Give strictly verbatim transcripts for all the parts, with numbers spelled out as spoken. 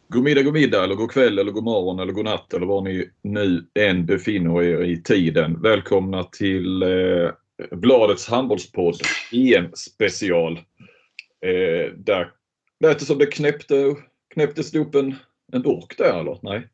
God middag, god middag eller god kväll eller god morgon eller god natt eller var ni nu än befinner er i tiden. Välkomna till eh, Bladets handbollspodd E M-special. Eh, där lät det som det knäppte, knäpptes det upp en, en ork där eller? Nej.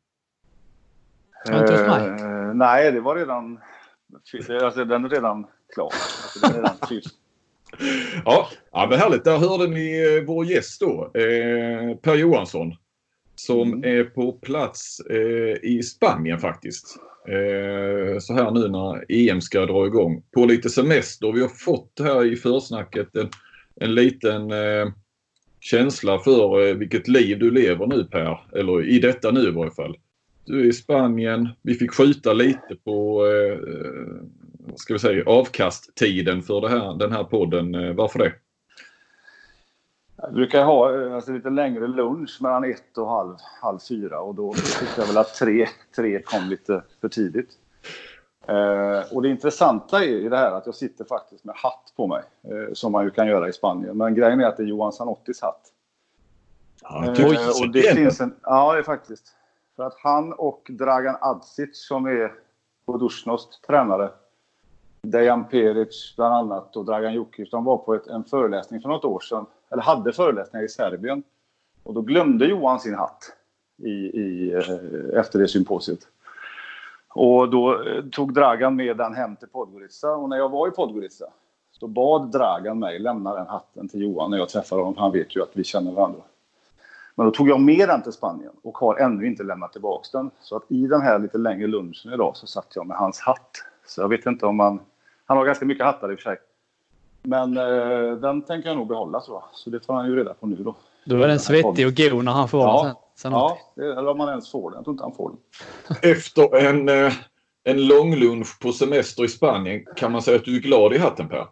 Uh, nej, det var redan alltså, den är redan klar. Alltså, den är redan fylld. ja, ja, men härligt. Där hörde ni eh, vår gäst då, eh, Per Johansson. Som mm. är på plats eh, i Spanien faktiskt. Eh, så här nu när E M ska dra igång. På lite semester. Vi har fått här i försnacket en, en liten eh, känsla för eh, vilket liv du lever nu Per. Eller i detta nu i varje fall. Du är i Spanien. Vi fick skjuta lite på eh, ska vi säga, avkasttiden för det här, den här podden. Eh, varför det? Jag brukar ha alltså, lite längre lunch mellan ett och halv, halv fyra. Och då tyckte jag väl att tre, tre kom lite för tidigt. Eh, och det intressanta är i det här att jag sitter faktiskt med hatt på mig. Eh, som man ju kan göra i Spanien. Men grejen är att det är Johan Zanottis hatt. Ja, eh, och det finns en, ja, det är faktiskt. För att han och Dragan Adzic som är Budućnost tränare. Dejan Peric bland annat och Dragan Jukic. De var på ett, en föreläsning för något år sedan. Eller hade föreläsningar i Serbien. Och då glömde Johan sin hatt i, i, efter det symposiet. Och då tog Dragan med den hem till Podgorica. Och när jag var i Podgorica så bad Dragan mig lämna den hatten till Johan när jag träffade honom. Han vet ju att vi känner varandra. Men då tog jag med den till Spanien och har ännu inte lämnat tillbaka den. Så att i den här lite längre lunchen idag så satt jag med hans hatt. Så jag vet inte om man... Han har ganska mycket hattar i och för sig. Men eh, den tänker jag nog behålla så. Så det får han ju reda på nu då. Då är den svettig och god när han får ja, den sen. sen ja, det, eller om man ens får den. Jag tror inte han får den. Efter en, en lång lunch på semester i Spanien kan man säga att du är glad i hatten, Per?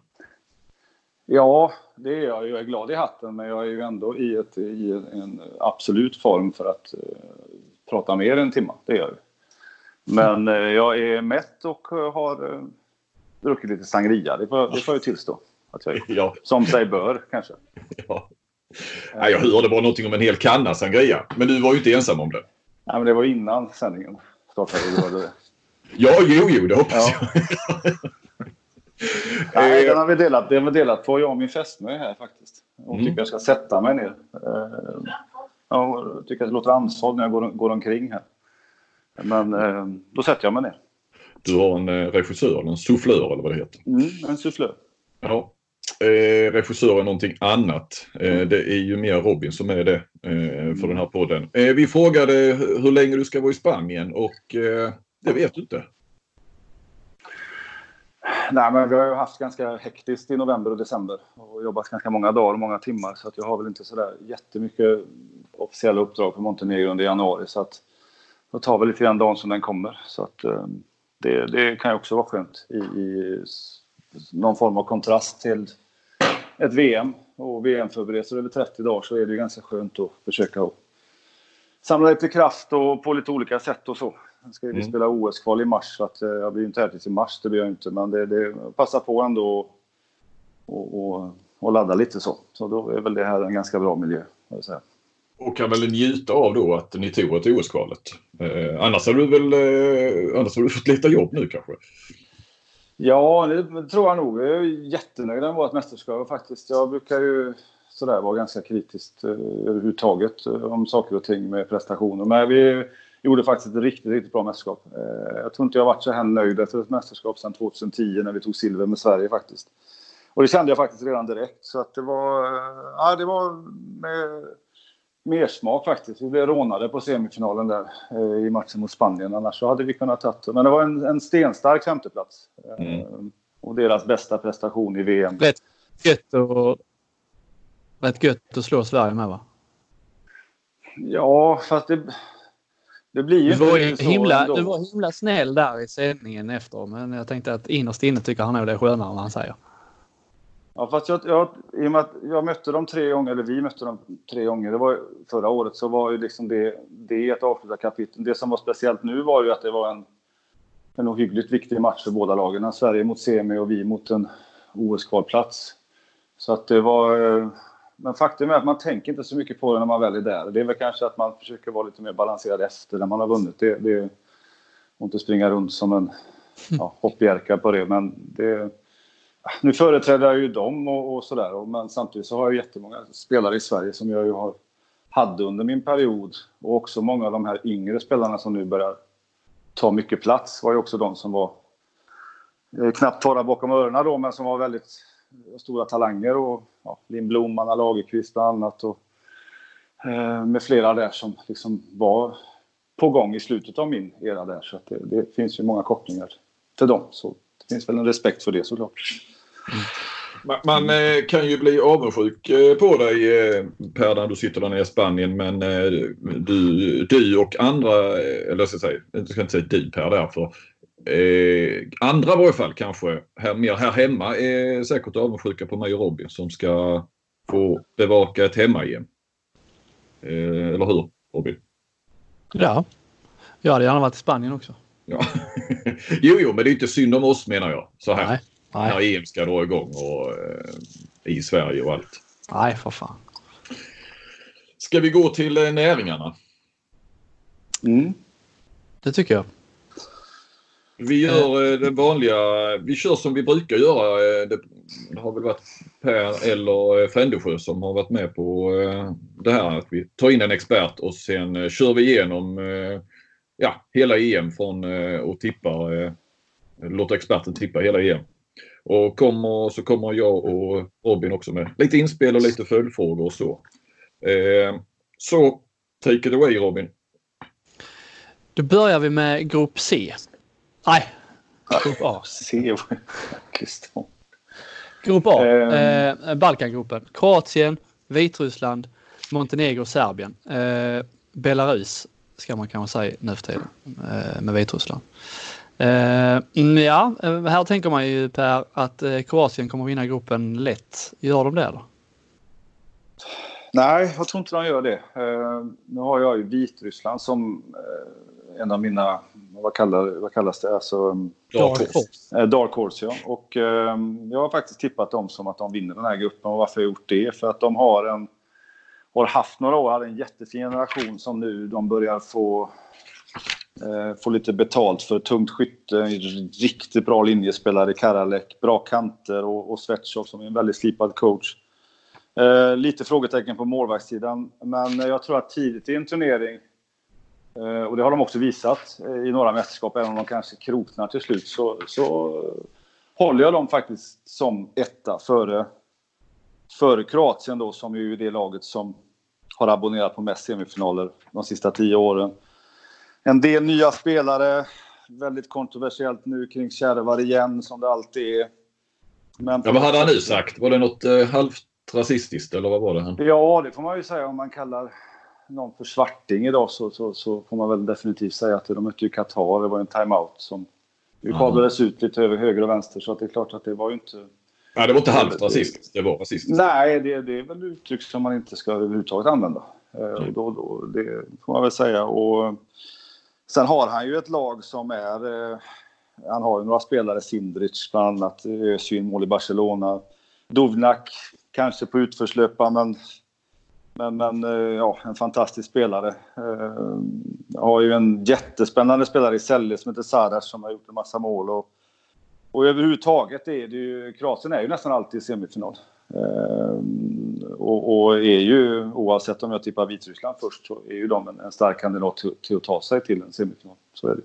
Ja, det är jag. Jag är glad i hatten. Men jag är ju ändå i, ett, i en absolut form för att uh, prata mer än en timme. Det gör jag. Men uh, jag är mätt och har... Uh, druckit lite sangria, det får, det får jag tillstå. Att jag, ja. Som sig bör, kanske. Ja. Nej, jag hörde bara någonting om en hel kanna sangria. Men du var ju inte ensam om det. Nej, men det var innan sändningen startade. Det. Ja, jo, jo, det hoppas ja. jag. Nej, den har vi delat, det har vi delat på jag och min fästmö här faktiskt. Och mm. tycker jag ska sätta mig ner. Jag tycker att det låter ansvar när jag går, går omkring här. Men då sätter jag mig ner. Du har en eh, regissör, en soufflör eller vad det heter. Mm, en soufflör. Ja. Eh, regissör är någonting annat. Eh, det är ju mer Robin som är det eh, för den här podden. Eh, vi frågade hur länge du ska vara i Spanien och eh, det vet du inte. Nej, men vi har ju haft ganska hektiskt i november och december. Och jobbat ganska många dagar och många timmar. Så att jag har väl inte sådär jättemycket officiella uppdrag på Montenegro under januari. Så att jag tar väl lite grann dagen som den kommer. Så att... Eh, Det, det kan ju också vara skönt i, i någon form av kontrast till ett V M. Och V M-förberedelser över trettio dagar så är det ju ganska skönt att försöka att samla lite kraft och på lite olika sätt och så. Sen ska vi mm. spela O S-kval i mars så att jag blir inte här till mars, det blir jag inte. Men det, det passar på ändå och, och, och ladda lite så. Så då är väl det här en ganska bra miljö, jag säga. Och kan väl njuta av då att ni tog ett O S-kvalet. Eh, annars har du väl eh, annars har du fått lite jobb nu kanske? Ja, det tror jag nog. Jag är jättenöjd med vårt mästerskap faktiskt. Jag brukar ju sådär vara ganska kritiskt eh, överhuvudtaget eh, om saker och ting med prestationer. Men vi gjorde faktiskt ett riktigt, riktigt bra mästerskap. Eh, jag tror inte jag har varit så här nöjd efter ett mästerskap sedan tjugohundratio när vi tog silver med Sverige faktiskt. Och det kände jag faktiskt redan direkt. Så att det var, eh, ja, det var med... mer smak faktiskt. Vi blev rånade på semifinalen där eh, i matchen mot Spanien. Annars så hade vi kunnat ta det. Men det var en, en stenstark femteplats. Eh, mm. Och deras bästa prestation i V M. Rätt gött och rätt gött att slå Sverige med, va? Ja, fast det, det blir ju du var inte himla, så. Du var himla snäll där i sändningen efter. Men jag tänkte att innerst inne tycker han nog det är skönare än vad han säger. Ja, fast jag, jag, i och med att jag mötte dem tre gånger, eller vi mötte dem tre gånger, det var förra året, så var ju liksom det, det ett avslutat kapitel. Det som var speciellt nu var ju att det var en, en ohyggligt viktig match för båda lagen. Sverige mot semi och vi mot en O S-kvalplats. Så att det var, men faktum är att man tänker inte så mycket på det när man väl är där. Det är väl kanske att man försöker vara lite mer balanserad efter när man har vunnit. Det, det och inte springa runt som en ja, hoppjerka på det. Men det, nu företräder jag ju dem och, och sådär. Men samtidigt så har jag jättemånga spelare i Sverige som jag ju har, hade under min period. Och också många av de här yngre spelarna som nu börjar ta mycket plats var ju också de som var eh, knappt torra bakom öronen då, men som var väldigt stora talanger. Och ja, Lindblom, Anna Lagerqvist och annat. Och, eh, med flera där som liksom var på gång i slutet av min era där. Så att det, det finns ju många kopplingar till dem. Så det finns väl en respekt för det såklart. Mm. Man, man eh, kan ju bli avundsjuk eh, på dig eh, Per när du sitter där nere i Spanien. Men eh, du, du och andra, eh, eller så att säga, jag ska inte säga du Per därför. Eh, andra i varje fall kanske här, mer här hemma är säkert avundsjuka på mig och Robin som ska få bevaka ett hemma igen. Eh, eller hur Robin? Ja, jag hade gärna varit i Spanien också. Ja. jo, jo, men det är inte synd om oss menar jag. Så här. Nej, nej. När E M ska dra igång och eh, i Sverige och allt. Nej, för fan. Ska vi gå till eh, näringarna? Mm. Det tycker jag. Vi gör eh, det vanliga. Vi kör som vi brukar göra. Eh, det, det har väl varit Per eller eh, Frändesjö som har varit med på eh, det här. Att vi tar in en expert och sen eh, kör vi igenom eh, ja, hela E M från eh, och tippar. Eh, låter experten tippa hela E M. Och kommer, så kommer jag och Robin också med lite inspel och lite följdfrågor och så. Eh, så take it away Robin. Då börjar vi med grupp C. Nej, grupp A. C. Grupp A. Eh, Balkangruppen. Kroatien, Vitryssland, Montenegro, Serbien. Eh, Belarus ska man kanske säga nu för tiden eh, med Vitryssland. Uh, ja, här tänker man ju Per att uh, Kroatien kommer vinna gruppen lätt. Gör de det då? Nej, jag tror inte de gör det. Uh, nu har jag ju Vitryssland som uh, en av mina, vad, kallar, vad kallas det? Alltså, Dark Horse. Uh, Dark Horse, ja. Och uh, jag har faktiskt tippat dem som att de vinner den här gruppen. Och varför har jag gjort det? För att de har en har haft några år, hade en jättefin generation som nu de börjar få Eh, får lite betalt för tungt skytte, riktigt bra linjespelare, Karalek, bra kanter och, och Svetshov som är en väldigt slipad coach. Eh, lite frågetecken på målvaktssidan, men jag tror att tidigt i en turnering, eh, och det har de också visat eh, i några mästerskap, även om de kanske kroknar till slut, så, så håller jag dem faktiskt som etta före, före Kroatien då, som är ju det laget som har abonnerat på mest semifinaler de sista tio åren. En del nya spelare, väldigt kontroversiellt nu kring Kärvar igen som det alltid är. Men ja, vad hade han nu sagt? Var det något eh, halvt rasistiskt eller vad var det? Han? Ja, det får man ju säga. Om man kallar någon för svarting idag så, så, så får man väl definitivt säga att de mötte ju Qatar. Det var en timeout som ju kablades ut lite över höger och vänster, så att det är klart att det var ju inte... Ja, det var inte halvt rasistiskt, det var rasistiskt. Nej, det, det är väl uttryck som man inte ska överhuvudtaget använda. Mm. Och då, då, det får man väl säga. Och sen har han ju ett lag som är... Eh, han har ju några spelare, Sindric bland annat, Özil, mål i Barcelona. Dovnak kanske på utförslöpa, men, men, men eh, ja, en fantastisk spelare. Eh, har ju en jättespännande spelare i Celle som heter Sarac som har gjort en massa mål. Och, och överhuvudtaget är det ju... Kroatien är ju nästan alltid i semifinal. Eh, och, och är ju, oavsett om jag tippar Vitryssland först, så är ju de en, en stark kandidat till, till att ta sig till en semifinal. Så är det.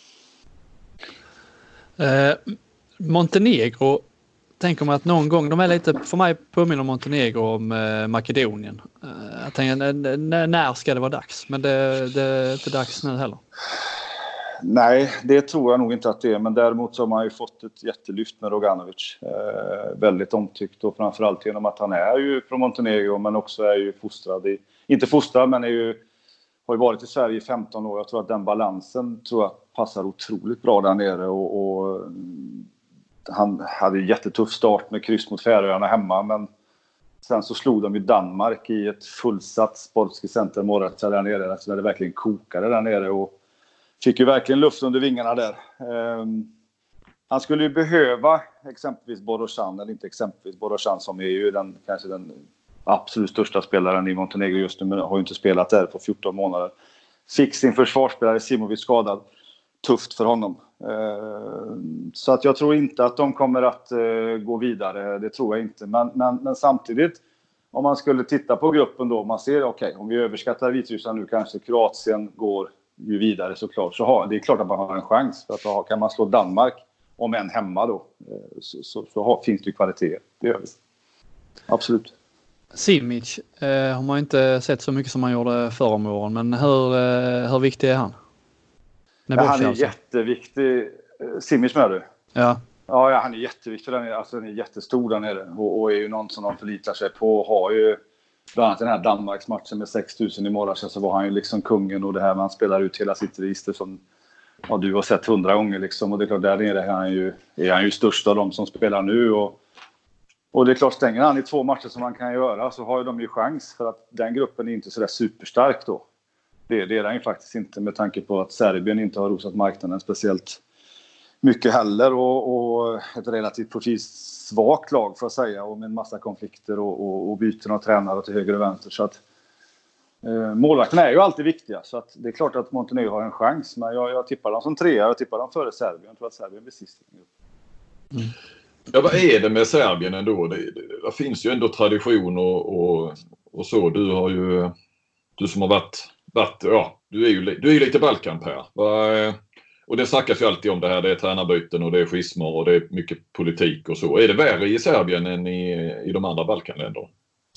Eh, Montenegro tänker man att någon gång, de är lite, för mig påminner Montenegro om eh, Makedonien. Eh, jag tänker, n- när ska det vara dags? Men det, det är inte dags nu heller. Nej, det tror jag nog inte att det är. Men däremot så har man ju fått ett jättelyft med Roganovic. Eh, väldigt omtyckt, och framförallt genom att han är ju från Montenegro, men också är ju fostrad i, inte fostrad men är ju, har ju varit i Sverige i femton år. Jag tror att den balansen tror jag passar otroligt bra där nere. Och, och han hade ju jättetuff start med kryss mot Färöarna hemma, men sen så slog de ju Danmark i ett fullsatt Sportski Center Moraca där nere, alltså när det verkligen kokade där nere, och fick ju verkligen luft under vingarna där. Um, han skulle ju behöva exempelvis Boroshan, eller inte exempelvis Boroshan som är ju den, kanske den absolut största spelaren i Montenegro just nu, men har ju inte spelat där på fjorton månader. Fick sin försvarsspelare Simovic skadad. Tufft för honom. Så att jag tror inte att de kommer att gå vidare. Det tror jag inte. Men, men, men samtidigt, om man skulle titta på gruppen då, man ser, okej, okay, om vi överskattar Vitryssland nu, kanske Kroatien går ju vidare såklart. Så har, det är klart att man har en chans. För att då kan man slå Danmark, om en hemma då, så, så, så har, finns det ju kvalitet. Det gör vi. Absolut. Simic eh, har man inte sett så mycket som man gjorde förra om åren. Men hur, eh, hur viktig är han? Ja, han är alltså. jätteviktig. Simic med du? Ja. Ja, ja, han är jätteviktig där nere. Alltså, han är jättestor där nere. Och, och är ju någon som de förlitar sig på. Har ju bland annat den här Danmarksmatchen med sex tusen i morgon. Så var han ju liksom kungen. Och det här man spelar ut hela sitt register som ja, du har sett hundra gånger. Liksom. Och det är klart, där nere är han ju, är han ju störst av de som spelar nu. Och, och det är klart, stänger han i två matcher som man kan göra så har ju de ju chans. För att den gruppen är inte så där superstark då. Det, det är den ju faktiskt inte med tanke på att Serbien inte har rosat marknaden speciellt mycket heller. Och, och ett relativt profilsvagt lag för att säga. Och med en massa konflikter och, och, och byten av tränare till höger och vänster. Så att eh, målvakterna är ju alltid viktiga. Så att det är klart att Montenegro har en chans. Men jag, jag tippar dem som trea. Jag tippar dem före Serbien. Jag tror att Serbien blir sist. Mm. Ja, vad är det med Serbien ändå? Det, det, det finns ju ändå tradition och, och, och så. Du har ju, du som har varit, varit ja, du är ju, du är ju lite Balkan, Per. Va, och det snackas ju alltid om det här. Det är tränarbyten och det är schismer och det är mycket politik och så. Är det värre i Serbien än i, i de andra Balkanländerna?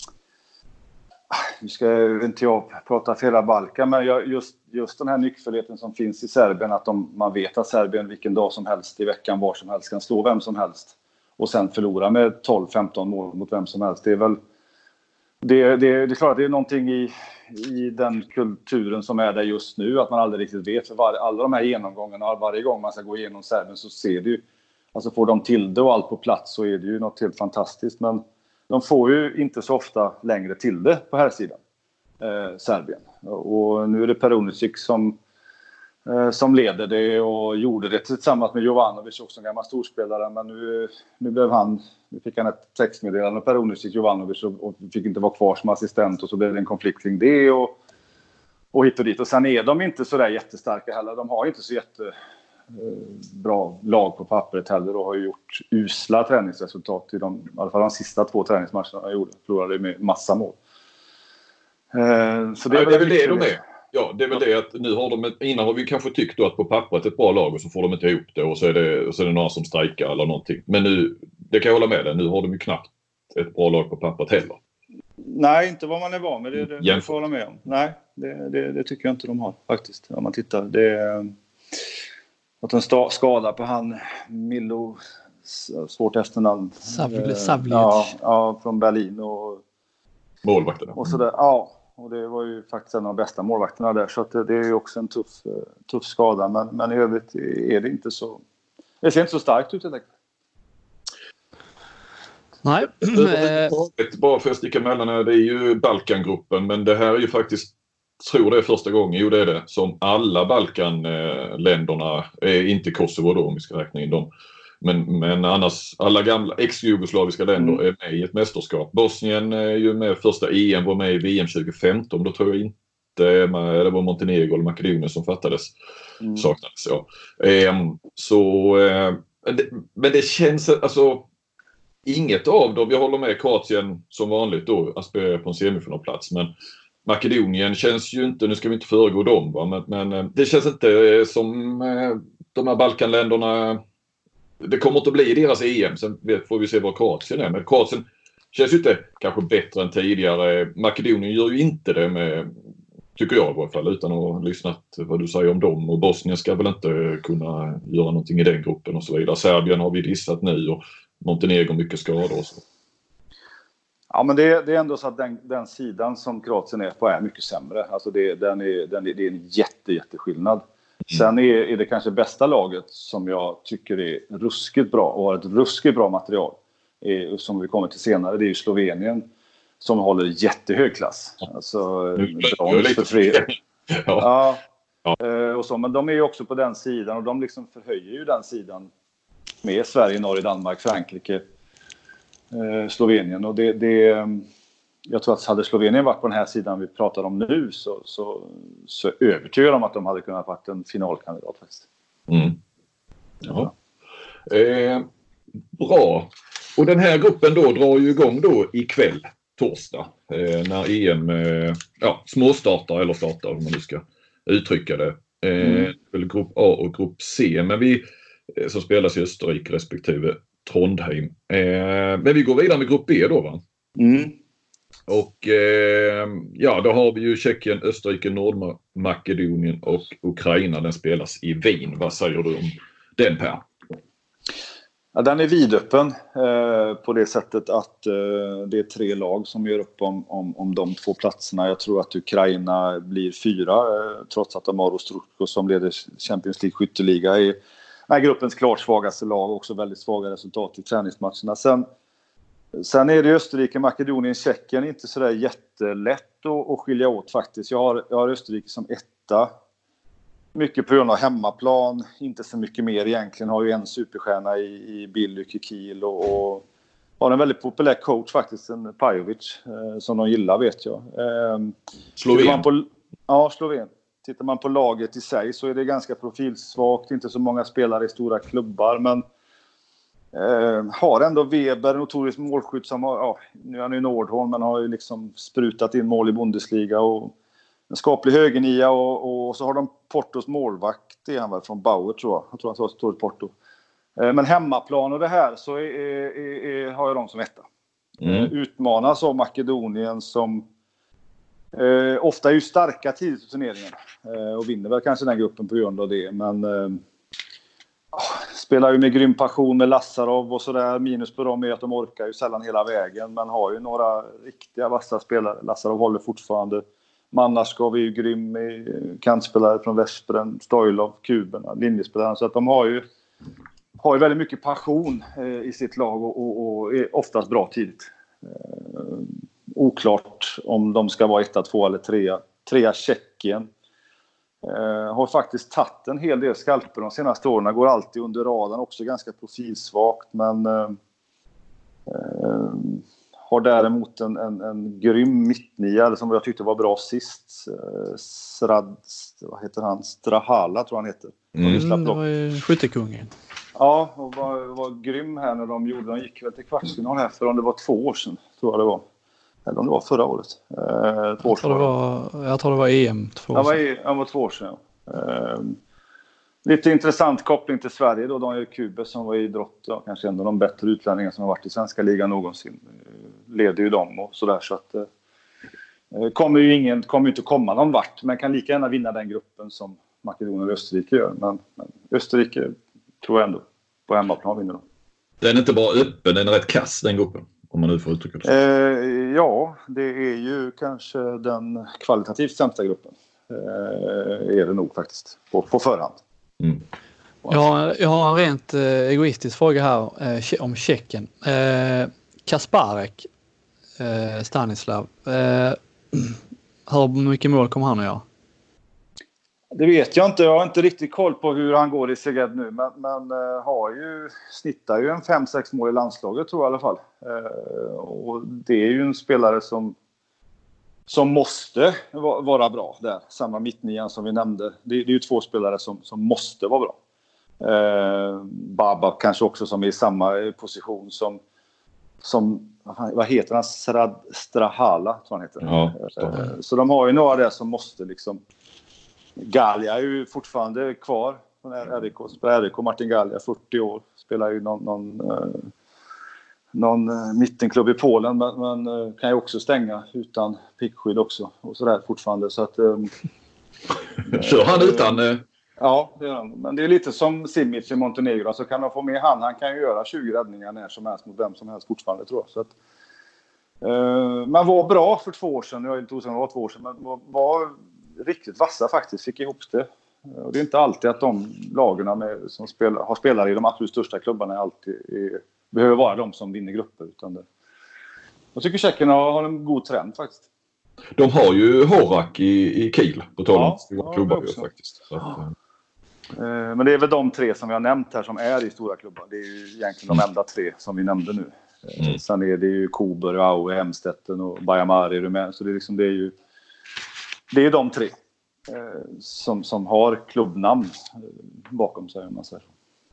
Nu ska inte jag prata för hela Balkan, men jag, just, just den här nyckfullheten som finns i Serbien, att de, man vet att Serbien vilken dag som helst i veckan, var som helst, kan slå vem som helst och sen förlora med tolv femton mål mot vem som helst. Det är väl det, det, det är klart att det är någonting i, i den kulturen som är där just nu, att man aldrig riktigt vet. För var, alla de här genomgångarna, varje gång man ska gå igenom Serbien så ser det ju, alltså får de till det och allt på plats så är det ju något helt fantastiskt. Men de får ju inte så ofta längre till det på här sidan, eh, Serbien. Och nu är det Perunicic som, eh, som leder det och gjorde det tillsammans med Jovanovic, också en gammal storspelare. Men nu, nu blev han, nu fick han ett textmeddelande med Perunicic, Jovanovic och, och fick inte vara kvar som assistent. Och så blev det en konflikt kring det och, och hit och dit. Och sen är de inte så där jättestarka heller. De har inte så jätte... bra lag på pappret heller och har ju gjort usla träningsresultat i, de, i alla fall de sista två träningsmatcherna jag gjorde. Förlorade med massa mål. Så det är, ja, väl, det är väl det de är. Ja, det är väl det att nu har de, innan har vi kanske tyckt då att på pappret ett bra lag och så får de inte ihop det och så är det, så är det några som strejkar eller någonting. Men nu, det kan jag hålla med dig, nu har de ju knappt ett bra lag på pappret heller. Nej, inte vad man är van med, det, det, det får jag hålla med om. Nej, det, det, det tycker jag inte de har faktiskt, om man tittar. Det att en sta- skada på han Milo, svårt efternamn. Savlic. Ja, ja, från Berlin och målvakterna. Och sådär, ja, och det var ju faktiskt en av de bästa målvakterna där, så att det, det är ju också en tuff, tuff skada, men, men i övrigt är det inte så, det ser inte så starkt ut helt enkelt. Nej. Bara för att sticka emellan, det är ju Balkangruppen, men det här är ju faktiskt, tror det är första gången, jo det är det, som alla Balkanländerna, eh, inte Kosovo då om vi ska räkna in dem, men, men annars alla gamla ex-jugoslaviska länder mm. är med i ett mästerskap. Bosnien är ju med första E M, var med i V M tjugo femton, då tror jag inte med, det var Montenegro eller Makedonien som fattades, mm. saknades ja. Eh, så, eh, det, men det känns, alltså inget av dem, jag håller med, Kroatien som vanligt då aspirerar på en semifinalplats, men Makedonien känns ju inte, nu ska vi inte föregå dem va? Men, men det känns inte som eh, de här Balkanländerna, det kommer inte att bli deras E M, sen får vi se vad Kroatien är, men Kroatien känns ju inte kanske bättre än tidigare. Makedonien gör ju inte det med, tycker jag i alla fall, utan att ha lyssnat vad du säger om dem, och Bosnien ska väl inte kunna göra någonting i den gruppen och så vidare. Serbien har vi dissat nu och Montenegro mycket skador och så. Ja, men det, det är ändå så att den, den sidan som Kroatien är på är mycket sämre. Alltså det, den är, den är, det är en jätte, jätteskillnad. Mm. Sen är, är det kanske bästa laget som jag tycker är ruskigt bra och har ett ruskigt bra material, är, som vi kommer till senare, det är ju Slovenien som håller jättehög klass. Alltså brons för tre. Ja. Ja. Och så, men de är ju också på den sidan och de liksom förhöjer ju den sidan med Sverige, Norge, Danmark, Frankrike, Slovenien, och det, det, jag tror att hade Slovenien varit på den här sidan vi pratar om nu så, så, så övertygad om att de hade kunnat varit en finalkandidat faktiskt. Mm. Ja. Eh, bra. Och den här gruppen då drar ju igång då ikväll, torsdag, eh, när E M eh, ja, småstartar eller startar om man nu ska uttrycka det. Eh, mm. Eller grupp A och grupp C. Men vi eh, som spelas i Österrike respektive Trondheim. Eh, men vi går vidare med grupp B då, va? Mm. Och eh, ja, då har vi ju Tjeckien, Österrike, Nordmakedonien och Ukraina. Den spelas i Wien. Vad säger du om den, Per? Ja, den är vidöppen eh, på det sättet att eh, det är tre lag som gör upp om, om, om de två platserna. Jag tror att Ukraina blir fyra eh, trots att de har Ostrutko som leder Champions League skytteliga i är gruppens klart svagaste lag, också väldigt svaga resultat i träningsmatcherna. Sen, sen är det Österrike, Makedonien, Tjeckien inte så där jättelätt att, att skilja åt faktiskt. Jag har, jag har Österrike som etta. Mycket på grund av hemmaplan, inte så mycket mer egentligen. Har ju en superstjärna i, i Bill Kiel och, och har en väldigt populär coach faktiskt, en Pajovic, eh, som de gillar vet jag. Eh, Sloven. På, ja, Sloven. Tittar man på laget i sig så är det ganska profilsvagt, inte så många spelare i stora klubbar, men eh, har ändå Weber, notorisk målskytt som har, ja, nu är han i Nordholm men har ju liksom sprutat in mål i Bundesliga och en skaplig högernia och, och så har de Portos målvakt, det är han väl från Bauer tror jag. Jag tror han står i Porto. Eh, men hemmaplan och det här så är, är, är, har jag dem som etta. Mm. Eh, utmanas av Makedonien som eh, ofta är ju starka tidigt i turneringen. Eh, och vinner väl kanske den gruppen på grund av det. Men eh, spelar ju med grym passion med Lassarov och sådär. Minus på dem är att de orkar ju sällan hela vägen. Men har ju några riktiga vassa spelare. Lassarov håller fortfarande. Manarskov är ju grym kantspelare från Veszprem, Stoilov, Kuberna, linjespelare. Så att de har ju, har ju väldigt mycket passion eh, i sitt lag och, och, och är oftast bra tidigt. Eh, oklart om de ska vara etta, två eller trea. Trea Tjeckien. Eh, har faktiskt tagit en hel del skalper de senaste åren. Går alltid under radarn, också ganska profilsvagt. Men eh, eh, har däremot en, en, en grym mittnia som jag tyckte var bra sist. Srad, vad heter han? Strahala tror han heter. Mm, det var ju skyttekungen. Ja, och var, var grym här när de gjorde. De gick väl till kvartsfinal här för om det var två år sedan, tror jag det var. Eller om det var förra året. Eh, två jag, tror det var, jag tror det var E M två år sedan. Ja, det var, var två år sedan. Ja. Eh, lite intressant koppling till Sverige då. Daniel Kube som var i idrott, ja, kanske en av de bättre utlänningar som har varit i svenska ligan någonsin. Leder ju dem och sådär så att eh, kommer ju ingen, kommer ju inte komma någon vart, men kan lika gärna vinna den gruppen som Makedonien och Österrike gör. Men, men Österrike tror jag ändå på hemmaplan vinner de. Den är inte bara öppen, den är rätt kass den gruppen, om man nu får uttrycka det. Eh, ja, det är ju kanske den kvalitativt sämsta gruppen. Eh, är det nog faktiskt, på, på förhand. Mm. Ja, jag har en rent eh, egoistisk fråga här eh, om Tjeckien. Eh, Kasparek, eh, Stanislav, eh, hur mycket mål kommer han att göra? Det vet jag inte. Jag har inte riktigt koll på hur han går i Szeged nu. Men, men uh, har ju, snittar ju en fem sex mål i landslaget tror jag i alla fall. Uh, och det är ju en spelare som, som måste va- vara bra där. Samma mittnian som vi nämnde. Det, det är ju två spelare som, som måste vara bra. Uh, Baba kanske också som är i samma position som, som vad heter han? Srad, Strahala tror han heter. Ja, uh, så de har ju några där som måste liksom. Gallia är ju fortfarande kvar från R D K. Spelar R D K, Martin Gallia, fyrtio år. Spelar ju någon, någon, eh, någon eh, mittenklubb i Polen. Men, men eh, kan ju också stänga utan pickskydd också. Och sådär fortfarande. Så att, eh, Kör han utan? Eh... Ja, det gör han. Men det är lite som Simic i Montenegro. Så kan de få med han. Han kan ju göra tjugo räddningar när som helst mot vem som helst fortfarande tror jag. Så att, eh, man var bra för två år sedan. Jag är inte osäker om det var två år sedan. Men var... var riktigt vassa faktiskt, fick ihop det. Och det är inte alltid att de lagarna med, som spelar, har spelare i de absolut största klubbarna alltid är, behöver vara de som vinner grupper. Utan det. Jag tycker Tjeckien har, har en god trend faktiskt. De har ju Horak i, i Kiel på tal om ja, klubbar ju, faktiskt. Så att, ja. eh. Men det är väl de tre som vi har nämnt här som är i stora klubbar. Det är ju egentligen de enda tre som vi nämnde nu. Mm. Sen är det ju Kober, Aue, Hemstetten och Bajamari i Rumänien. Så det är, liksom, det är ju det är de tre eh, som, som har klubbnamn bakom sig, om man säger.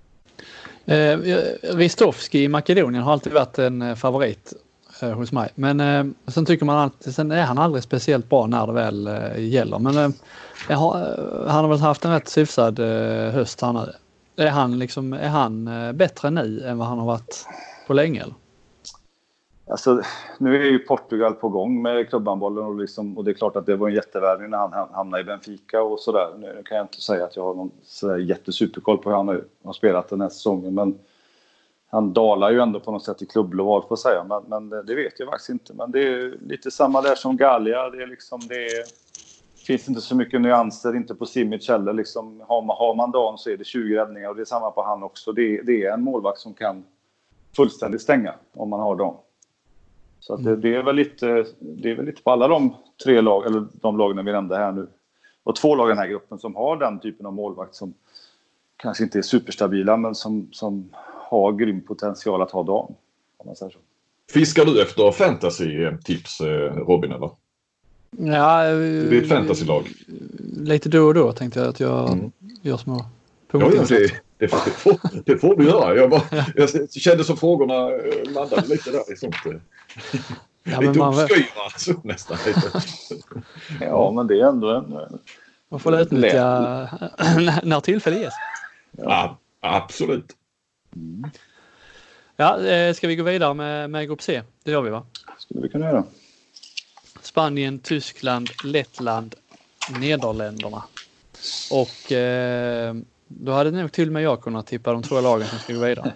Eh, Ristovski i Makedonien har alltid varit en favorit eh, hos mig. Men eh, sen tycker man alltid, sen är han aldrig speciellt bra när det väl eh, gäller. Men eh, jag har, han har väl haft en rätt hyfsad eh, höst här nu. Är han, liksom, är han eh, bättre nu än vad han har varit på länge? Eller? Alltså, nu är ju Portugal på gång med klubbhandbollen och, liksom, och det är klart att det var en jättevärvning när han hamnade i Benfica och sådär. Nu kan jag inte säga att jag har någon sådär jättesuperkoll på hur han har spelat den här säsongen, men han dalar ju ändå på något sätt i klubblov, får säga, men, men det vet jag faktiskt inte. Men det är lite samma där som Gallia, det är liksom det är, finns inte så mycket nyanser, inte på Simic heller. Liksom, har, man, har man dagen så är det tjugo räddningar och det är samma på han också. Det, det är en målvakt som kan fullständigt stänga om man har dagen. Så att det, det, är väl lite, det är väl lite på alla de tre lag, eller de lagen vi nämnde här nu. Och två lag i den här gruppen som har den typen av målvakt som kanske inte är superstabila, men som, som har grym potential att ha dagen. Om man säger så. Fiskar du efter fantasy-tips, Robin, eller? Ja, det är ett fantasylag. Lite då och då tänkte jag att jag mm. gör små punkter. Ja, det, det, får, det får du göra. Jag, bara, jag kände som frågorna landade lite där i sånt. Ja, lite man uppskyra alltså, nästan. Lite. Ja, men det är ändå en... Man får utnyttja när tillfälle ges. Ja, absolut. Mm. Ja, ska vi gå vidare med, med grupp C? Det gör vi, va? Skulle vi kunna göra. Spanien, Tyskland, Lettland, Nederländerna. Och eh, då hade nog till och med jag kunnat tippa de två lagen som ska gå vidare.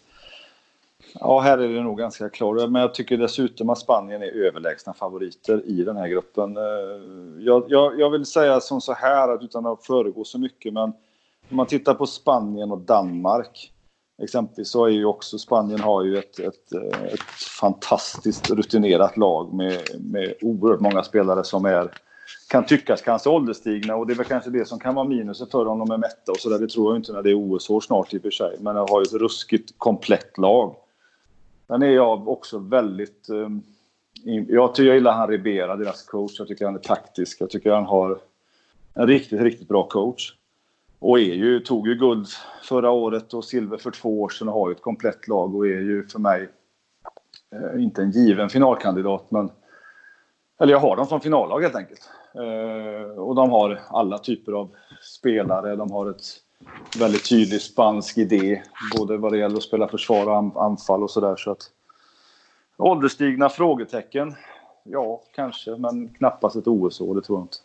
Ja, här är det nog ganska klart. Men jag tycker dessutom att Spanien är överlägsna favoriter i den här gruppen. Jag, jag, jag vill säga som så här, att utan att föregå så mycket, men om man tittar på Spanien och Danmark exempelvis, så är ju också Spanien har ju ett, ett, ett fantastiskt rutinerat lag med, med oerhört många spelare som är, kan tyckas kanske ålderstigna, och det är väl kanske det som kan vara minuset för dem, de är mätta och sådär. Det tror jag inte när det är O S-år snart i och för sig, men jag har ju ett ruskigt komplett lag. Sen är jag också väldigt um, jag tycker jag gillar han Ribera, deras coach. Jag tycker han är taktisk, jag tycker han har en riktigt, riktigt bra coach. Och är ju, tog ju guld förra året och silver för två år sedan och har ju ett komplett lag och är ju för mig eh, inte en given finalkandidat, men eller jag har dem som finallag helt enkelt. Eh, och de har alla typer av spelare, de har ett väldigt tydlig spansk idé, både vad det gäller att spela försvar och anfall och sådär, så att ålderstigna frågetecken, ja kanske, men knappast ett O S-år, det tror jag inte.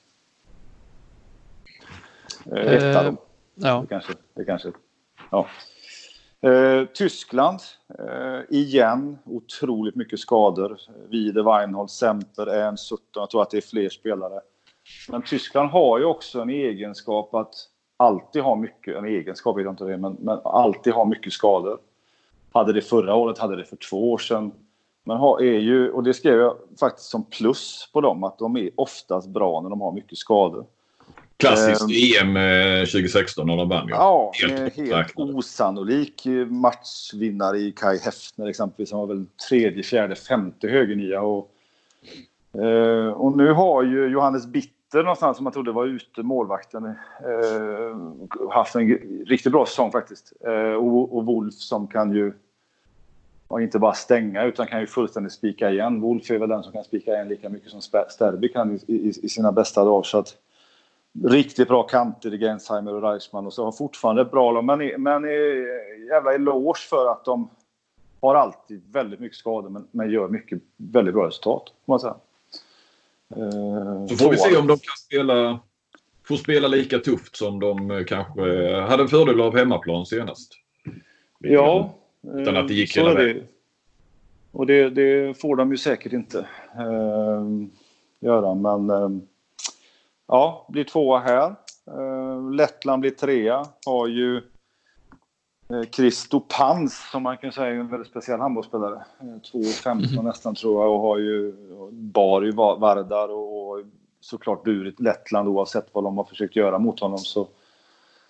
Eh, etta då. Ja. Det kanske, det kanske. Ja. Eh, Tyskland eh, igen, otroligt mycket skador. Wiede, Weinhold, Semper, Ernst, Sutton. Jag tror att det är fler spelare. Men Tyskland har ju också en egenskap att alltid ha mycket, en egenskap vet jag inte det, men, men alltid ha mycket skador. Hade det förra året, hade det för två år sedan. Men har, är ju, och det skrev jag faktiskt som plus på dem, att de är oftast bra när de har mycket skador. Klassiskt um, E M tjugo sexton när de vann. Ja, helt, helt osannolik matchvinnare i Kai Häfner exempelvis, som var väl tredje, fjärde, femte högernia. Och, uh, och nu har ju Johannes Bitter någonstans, som man trodde var ute, målvakten, uh, haft en riktigt bra säsong faktiskt. Uh, och, och Wolf som kan ju och inte bara stänga utan kan ju fullständigt spika igen. Wolf är väl den som kan spika igen lika mycket som Sterby kan i, i, i sina bästa dagar, så att riktigt bra kanter i Gensheimer och Reichmann, och så har fortfarande ett bra lag, men, men är jävla eloge för att de har alltid väldigt mycket skador, men, men gör mycket väldigt bra resultat, kan man säga. Uh, så får vi se om de kan spela får spela lika tufft som de kanske hade en fördel av hemmaplan senast. Ja, utan att det gick så hela vägen. Och det, det får de ju säkert inte uh, göra, men uh, ja, blir tvåa här. Uh, Lettland blir trea. Har ju uh, Christo Pans, som man kan säga är en väldigt speciell handbollsspelare. Uh, två femton mm. nästan tror jag, och har ju bar ju Vardar och, och såklart burit Lettland oavsett vad de har försökt göra mot honom. Så,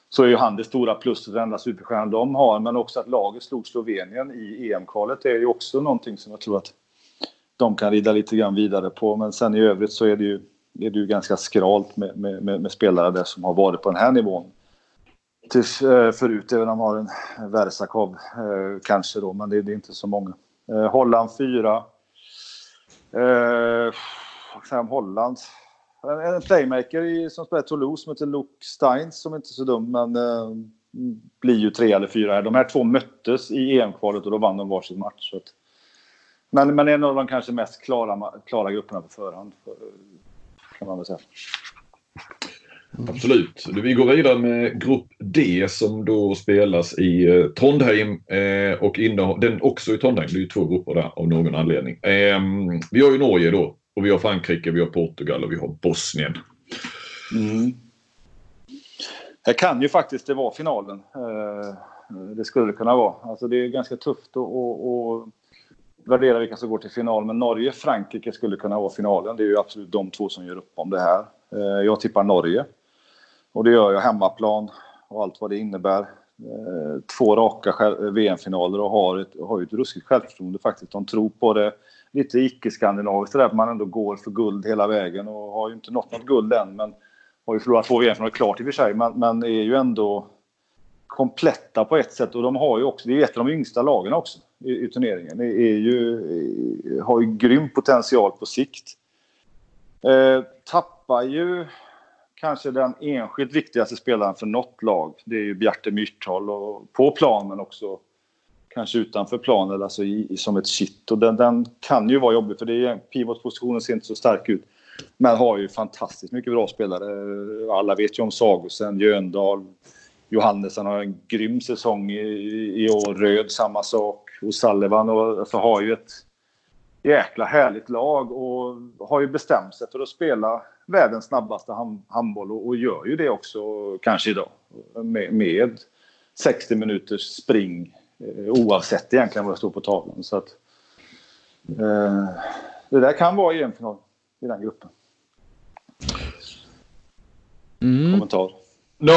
så är ju han det stora pluset, den enda superstjärnan de har. Men också att laget slog Slovenien i E M-kvalet är ju också någonting som jag tror att de kan rida lite grann vidare på. Men sen i övrigt så är det ju, är det ju ganska skralt med, med, med, med spelare där som har varit på den här nivån. Till, förut, även om de har en Versakov eh, kanske då, men det, det är inte så många. Eh, Holland fyra. Eh, om Holland. En, en playmaker i, som spelar Toulouse som heter Luke Steins, som inte är så dum, men eh, blir ju tre eller fyra här. De här två möttes i E M-kvalet och då vann de varsin match. Så att, men, men en av de kanske mest klara, klara grupperna på förhand, kan man väl säga. Absolut. Vi går vidare med grupp D som då spelas i Trondheim eh, och inne, den också i Trondheim. Det är ju två grupper där av någon anledning. Eh, vi har ju Norge då och vi har Frankrike, vi har Portugal och vi har Bosnien. Mm. Här kan ju faktiskt det vara finalen. Eh, det skulle det kunna vara. Alltså det är ganska tufft att, att, att värdera vilka som går till final. Men Norge, Frankrike skulle kunna vara finalen. Det är ju absolut de två som gör upp om det här. Eh, jag tippar Norge. Och det gör jag hemmaplan och allt vad det innebär. Eh, två raka V M-finaler och har, ett, har ju ett ruskigt självförtroende faktiskt. De tror på det lite icke-skandinaviskt. Det där att man ändå går för guld hela vägen och har ju inte nått något guld än. Men har ju förlorat två V M-finaler klart i och för sig. Men, men är ju ändå kompletta på ett sätt. Och de har ju också, det är ett av de yngsta lagen också i, i turneringen. Det är ju, har ju grym potential på sikt. Eh, tappar ju kanske den enskilt viktigaste spelaren för något lag. Det är ju Bjarte Myrthal, och på plan men också kanske utanför planen, alltså i, i, som ett shit. Och den, den kan ju vara jobbig för det är, pivotpositionen ser inte så stark ut. Men har ju fantastiskt mycket bra spelare. Alla vet ju om Sagosen, Jöndal, Johannesson har en grym säsong i, i år. Röd, samma sak. Och Sullivan och, alltså, har ju ett jäkla härligt lag och har ju bestämt sig för att spela världens snabbaste ham- handboll och, och gör ju det också kanske idag med, med sextio minuters spring eh, oavsett egentligen vad det står på tavlan. Så att eh, det där kan vara E M-final i den gruppen. Mm. Kommentar? No,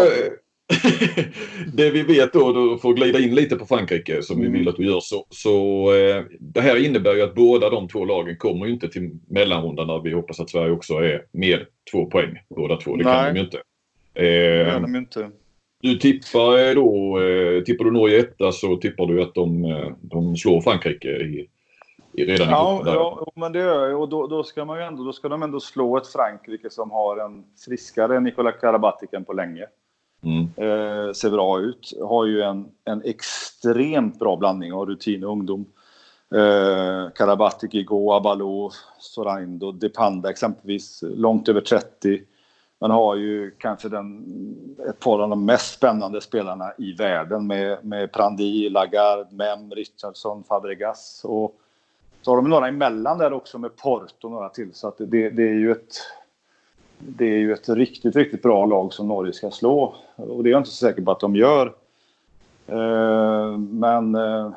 det vi vet då, då får glida in lite på Frankrike som mm. vi vill att du gör så. Så eh, det här innebär ju att båda de två lagen kommer ju inte till mellanrundan där vi hoppas att Sverige också är med två poäng. Båda två, det Nej. kan de ju inte. Eh, kan de inte. Du tippar då, eh, tippar du Norge etta så tippar du att de, de slår Frankrike i, i redan ja, i gruppen. Ja, men det gör jag. Och då, då ska man ju ändå, då ska de ändå slå ett Frankrike som har en friskare Nikola Karabatic än på länge. Mm. Eh, ser bra ut. Har ju en, en extremt bra blandning av rutin och ungdom. Eh, Karabatic, Igo, Abalo, Soraindo, Depanda exempelvis. Långt över trettio. Man har ju kanske den, ett par av de mest spännande spelarna i världen med, med Prandi, Lagarde, Mem, Richardson, Fabregas. Och så har de några emellan där också med Porto och några till. Så att det, det är ju ett... Det är ju ett riktigt, riktigt bra lag som Norge ska slå. Och det är jag inte så säker på att de gör. Eh, men eh,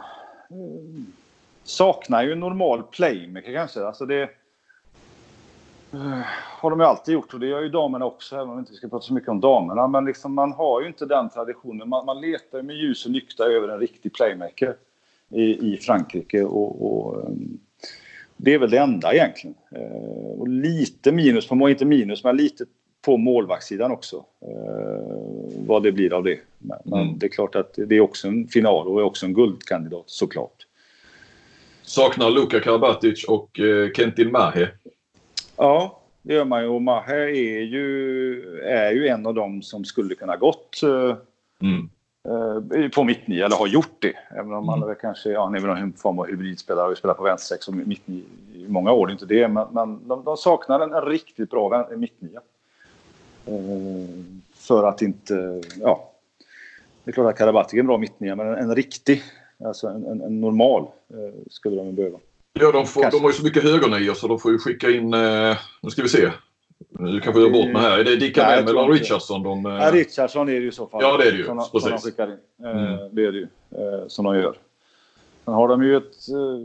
saknar ju en normal playmaker kanske. Alltså det eh, har de ju alltid gjort. Och det gör ju damerna också. Även om vi inte ska prata så mycket om damerna. Men liksom man har ju inte den traditionen. Man, man letar med ljus och lykta över en riktig playmaker i, i Frankrike. Och... och det är väl det enda egentligen. Eh, och lite minus på mål, inte minus, men lite på målvaktssidan också. Eh, vad det blir av det. Men, mm. men det är klart att det är också en final och är också en guldkandidat, såklart. Saknar Luka Karabatic och eh, Kentil Mahe? Ja, det gör man ju. Och Mahe är ju, är ju en av dem som skulle kunna gått... Eh, mm. på mittnio, eller har gjort det. Även om man mm. kanske, ja, är väl någon form av hybridspelare och spelar på vänstersex som mittnio i många år, det är inte det. Men, men de, de saknar en, en riktigt bra mittnia. Eh, för att inte, ja, det är klart att Karabatic är en bra mittnia, men en, en riktig, alltså en, en, en normal eh, skulle de behöva. Ja, de, får, de har ju så mycket högernior så de får ju skicka in, eh, nu ska vi se. Du kan få göra bort med här. Är det Dicka Mem eller Richardson? De, ja, Richardson är det ju i så fall. Ja, det är det ju. Som, som de skickar in. Mm. Det är det ju. Som de gör. Sen har de ju ett...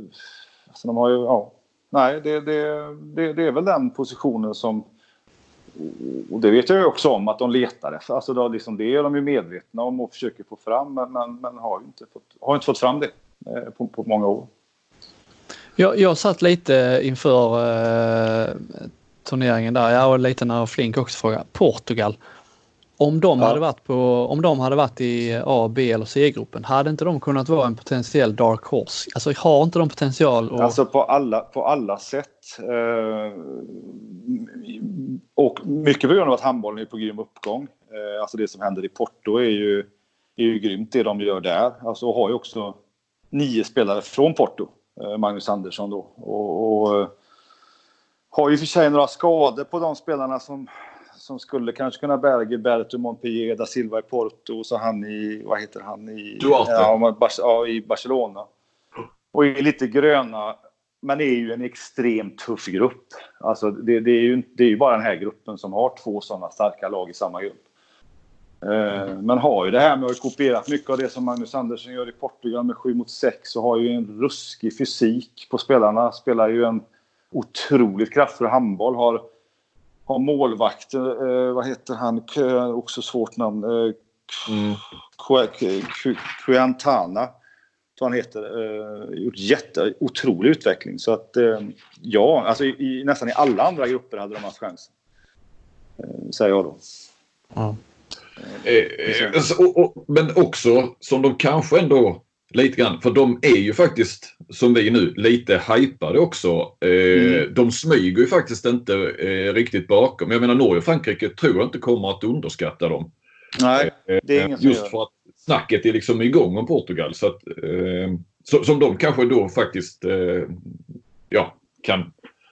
Så de har ju... Ja. Nej, det, det, det, det är väl den positionen som och det vet jag ju också om att de letar efter. Alltså då, liksom, det är de ju medvetna om och försöker få fram, men, men, men har ju inte fått, har inte fått fram det eh, på, på många år. Jag, jag satt lite inför eh, turneringen där, ja, och lite när Flink också frågade. Portugal, om de, ja. hade varit på, om de hade varit i A, B eller C-gruppen, hade inte de kunnat vara en potentiell dark horse? Alltså har inte de potential? Och... Alltså på alla, på alla sätt. Eh, och mycket på grund av att handbollen är på grym uppgång. Eh, alltså det som händer i Porto är ju, är ju grymt det de gör där. Alltså har ju också nio spelare från Porto. Eh, Magnus Andersson då. Och, och eh, har ju för sig några skador på de spelarna som... som skulle kanske kunna bära Gilberto Montpellier, da Silva i Porto, och så han i, vad heter han i, ja, ja, i Barcelona. Och är lite gröna, men är ju en extremt tuff grupp. Alltså det, det, är ju, det är ju bara den här gruppen som har två sådana starka lag i samma grupp. Eh, men har ju det här med att kopiera mycket av det som Magnus Andersson gör i Portugal med sju mot sex, och har ju en ruskig fysik på spelarna. Spelar ju en otroligt kraftfull handboll, har har målvakt, eh, vad heter han, också svårt namn, eh, mm. Quintana, så han heter, eh, gjort jätte, otrolig utveckling. Så att, eh, ja, alltså i, i, nästan i alla andra grupper hade de haft chans, eh, säger jag då. Ja. Eh, eh, och, och, men också, som de kanske ändå lite grann, för de är ju faktiskt, som vi nu, lite hypade också. Eh, mm. De smyger ju faktiskt inte eh, riktigt bakom. Jag menar, Norge och Frankrike tror jag inte kommer att underskatta dem. Nej, det är ingen eh, Just för att snacket är liksom igång om Portugal. Så att, eh, så, som de kanske då faktiskt eh, ja, kan...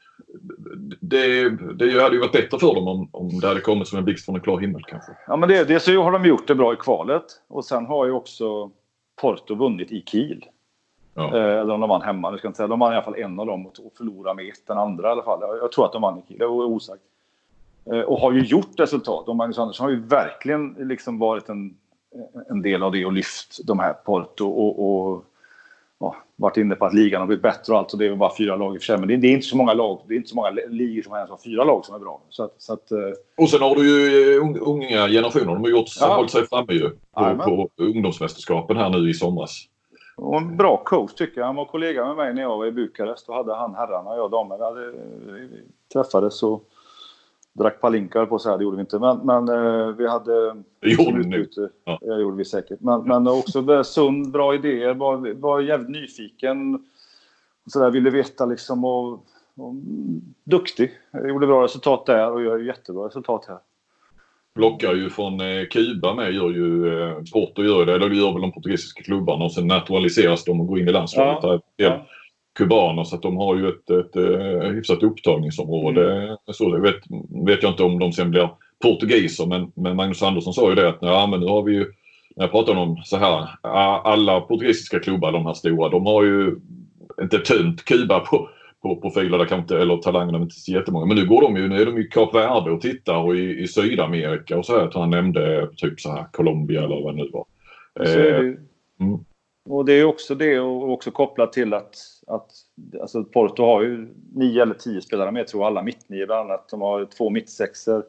Det, det hade ju varit bättre för dem om, om det hade kommit som en blixt från en klar himmel kanske. Ja, men det, det så har de gjort det bra i kvalet. Och sen har ju också Porto vunnit i Kiel. Ja. Eh, eller om de vann hemma, nu ska jag inte säga. De vann i alla fall en av dem och förlorade med den andra i alla fall. Jag, jag tror att de vann i Kiel, det är osagt. Eh, och har ju gjort resultat. Och Magnus Andersson har ju verkligen liksom varit en, en del av det och lyft de här Porto och, och ja, varit inne på att ligan har blivit bättre och allt. Så det är bara fyra lag i och för sig. Men det, det är inte så många lag, det är inte så många ligor som har fyra lag som är bra. Så att, så att, och sen har du ju unga generationer, de har gjort, ja. hållit sig framme ju på, på ungdomsmästerskapen här nu i somras. Och en bra coach tycker jag. Han var kollega med mig när jag var i Bukarest. Då hade han herrarna och jag damer. Vi, hade, vi träffades och drack palinka på så här, det gjorde vi inte. Men, men vi hade... Det gjorde ni nu. Ja. Det gjorde vi säkert. Men, men också sund, bra idéer. Var, var jävligt nyfiken. Så där, ville veta liksom och, och duktig. Jag gjorde bra resultat där och gör jättebra resultat här. Blockar ju från eh, Kuba med, gör ju eh, Porto gör det, eller det gör väl de portugisiska klubbarna, och sen naturaliseras de och går in i landslaget. Ja, ja. Kubaner, så att de har ju ett, ett, ett hyfsat upptagningsområde. Mm. Så det vet, vet jag inte om de sen blir portugiser, men, men Magnus Andersson sa ju det att ja, men nu har vi ju, när jag pratar om så här, alla portugisiska klubbar, de här stora, de har ju inte tömt Kuba på på profiler där kanske inte, eller talangerna inte så jättemånga. Men nu går de ju, nu är de i Kap Verde och tittar, och i, i Sydamerika och så här, att han nämnde typ så här Colombia eller vad det nu var. Så är det. Mm. Och det är också det, och också kopplat till att, att alltså Porto har ju nio eller tio spelare med, jag tror alla mittnio bland annat. De har två mittsexer,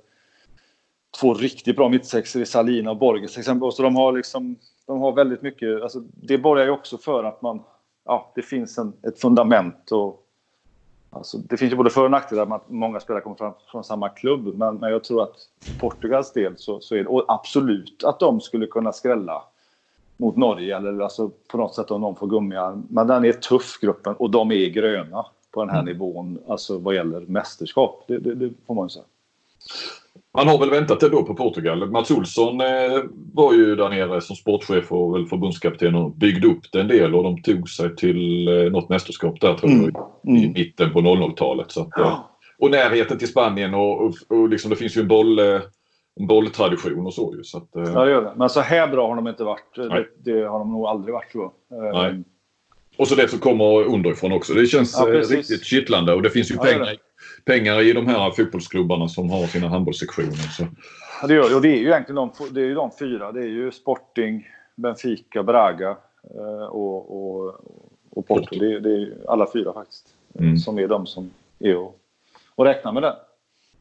två riktigt bra mittsexer i Salina och Borges till exempel. Så de har liksom, de har väldigt mycket, alltså det borgar ju också för att man, ja, det finns en, ett fundament. Och alltså, det finns ju både för- och nackdelar att många spelare kommer från, från samma klubb. Men, men jag tror att Portugals del så, så är det, och absolut att de skulle kunna skrälla mot Norge. Eller alltså på något sätt om de får gummiarm. Men den är tuff, gruppen. Och de är gröna på den här mm. nivån. Alltså vad gäller mästerskap. Det, det, det får man ju säga. Man har väl väntat det då på Portugal. Mats Olsson eh, var ju där nere som sportchef och väl förbundskapten och byggde upp det en del, och de tog sig till eh, något mästerskap där tror mm. jag i mm. mitten på noll noll-talet. Så att, ja. Och närheten till Spanien och, och, och liksom, det finns ju en, boll, eh, en bolltradition och så ju. Så att, eh. Ja, det gör det. Men så här bra har de inte varit. Det, det har de nog aldrig varit, tror jag. Nej. Och så det som kommer underifrån också. Det känns ja, riktigt kittlande, och det finns ju ja, pengar, pengar i de här fotbollsklubbarna som har sina handbollssektioner. Så. Ja, det gör det. Och det är ju egentligen de, det är ju de fyra. Det är ju Sporting, Benfica, Braga och, och, och Porto. Det är, det är alla fyra faktiskt. Mm. Som är de som är och, och räknar med det.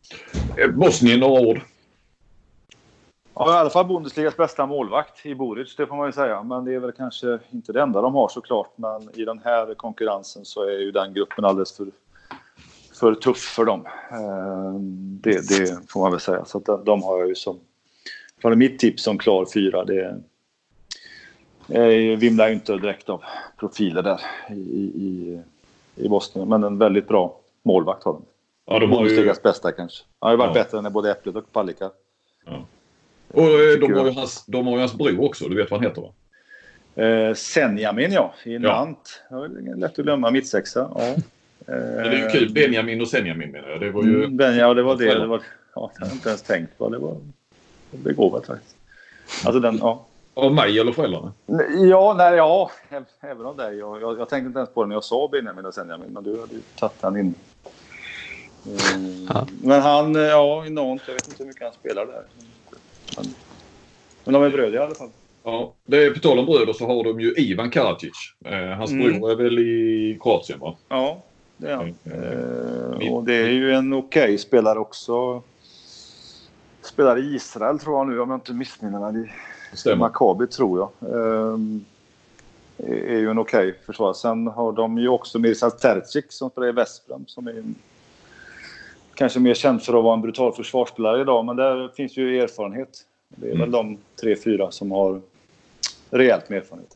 Bosnien, några ord? Ja, i alla fall Bundesligas bästa målvakt i Boric, det får man ju säga. Men det är väl kanske inte det enda de har såklart. Men i den här konkurrensen så är ju den gruppen alldeles för, för tuff för dem. Det, det får man väl säga. Så att de har jag ju som... För mitt tips som klar fyra, det är, vimlar ju inte direkt av profiler där i, i, i Bosnien. Men en väldigt bra målvakt har de. Ja, de har ju... bästa kanske. Han har ju varit ja. bättre än både Äpplet och Palicka. Ja. Och eh, de har, ju hans, de har ju hans bror också, du vet vad han heter va? Eh, Senjamin ja, i Nant. Ja. Lätt att glömma, mittsexa. Ja. Eh, det är ju kul, Benjamin och Senjamin menar jag. Det var ju... Mm, ben, ja, det var det. det var, ja, jag har inte ens tänkt på. Det var begåvat faktiskt. Alltså den, ja. Av mig eller föräldrarna? Ja, nej, ja. Även av dig. Jag, jag, jag tänkte inte ens på det när jag sa Benjamin och Senjamin. Men du hade ju tagit han in. Mm, ja. Men han, ja, i Nant. Jag vet inte hur mycket han spelar där. Men, men de är bröder i alla fall. Ja, det är på tal om bröder så har de ju Ivan Karadzic. Eh, hans mm. bror är väl i Kroatien va? Ja, det är han. Mm. Eh, och det är ju en okej okay spelare också. Spelar i Israel tror jag nu, om jag inte missminner mig. I Maccabi tror jag. Eh, är ju en okej okay försvar. Sen har de ju också Mirza Tercic som spelar i Westbrom som är en, kanske mer känd för att vara en brutal försvarsspelare idag. Men där finns ju erfarenhet. Det är mm. väl de tre, fyra som har rejält med erfarenhet.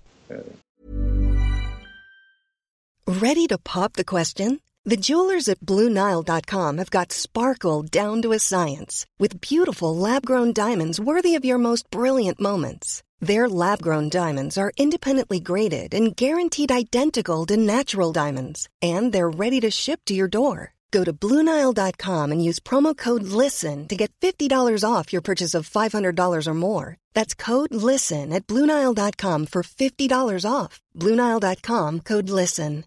Ready to pop the question? The jewelers at Blue Nile dot com have got sparkle down to a science with beautiful lab-grown diamonds worthy of your most brilliant moments. Their lab-grown diamonds are independently graded and guaranteed identical to natural diamonds. And they're ready to ship to your door. Go to Blue Nile dot com and use promo code LISTEN to get fifty dollars off your purchase of five hundred dollars or more. That's code LISTEN at Blue Nile dot com for fifty dollars off. Blue Nile dot com, code LISTEN.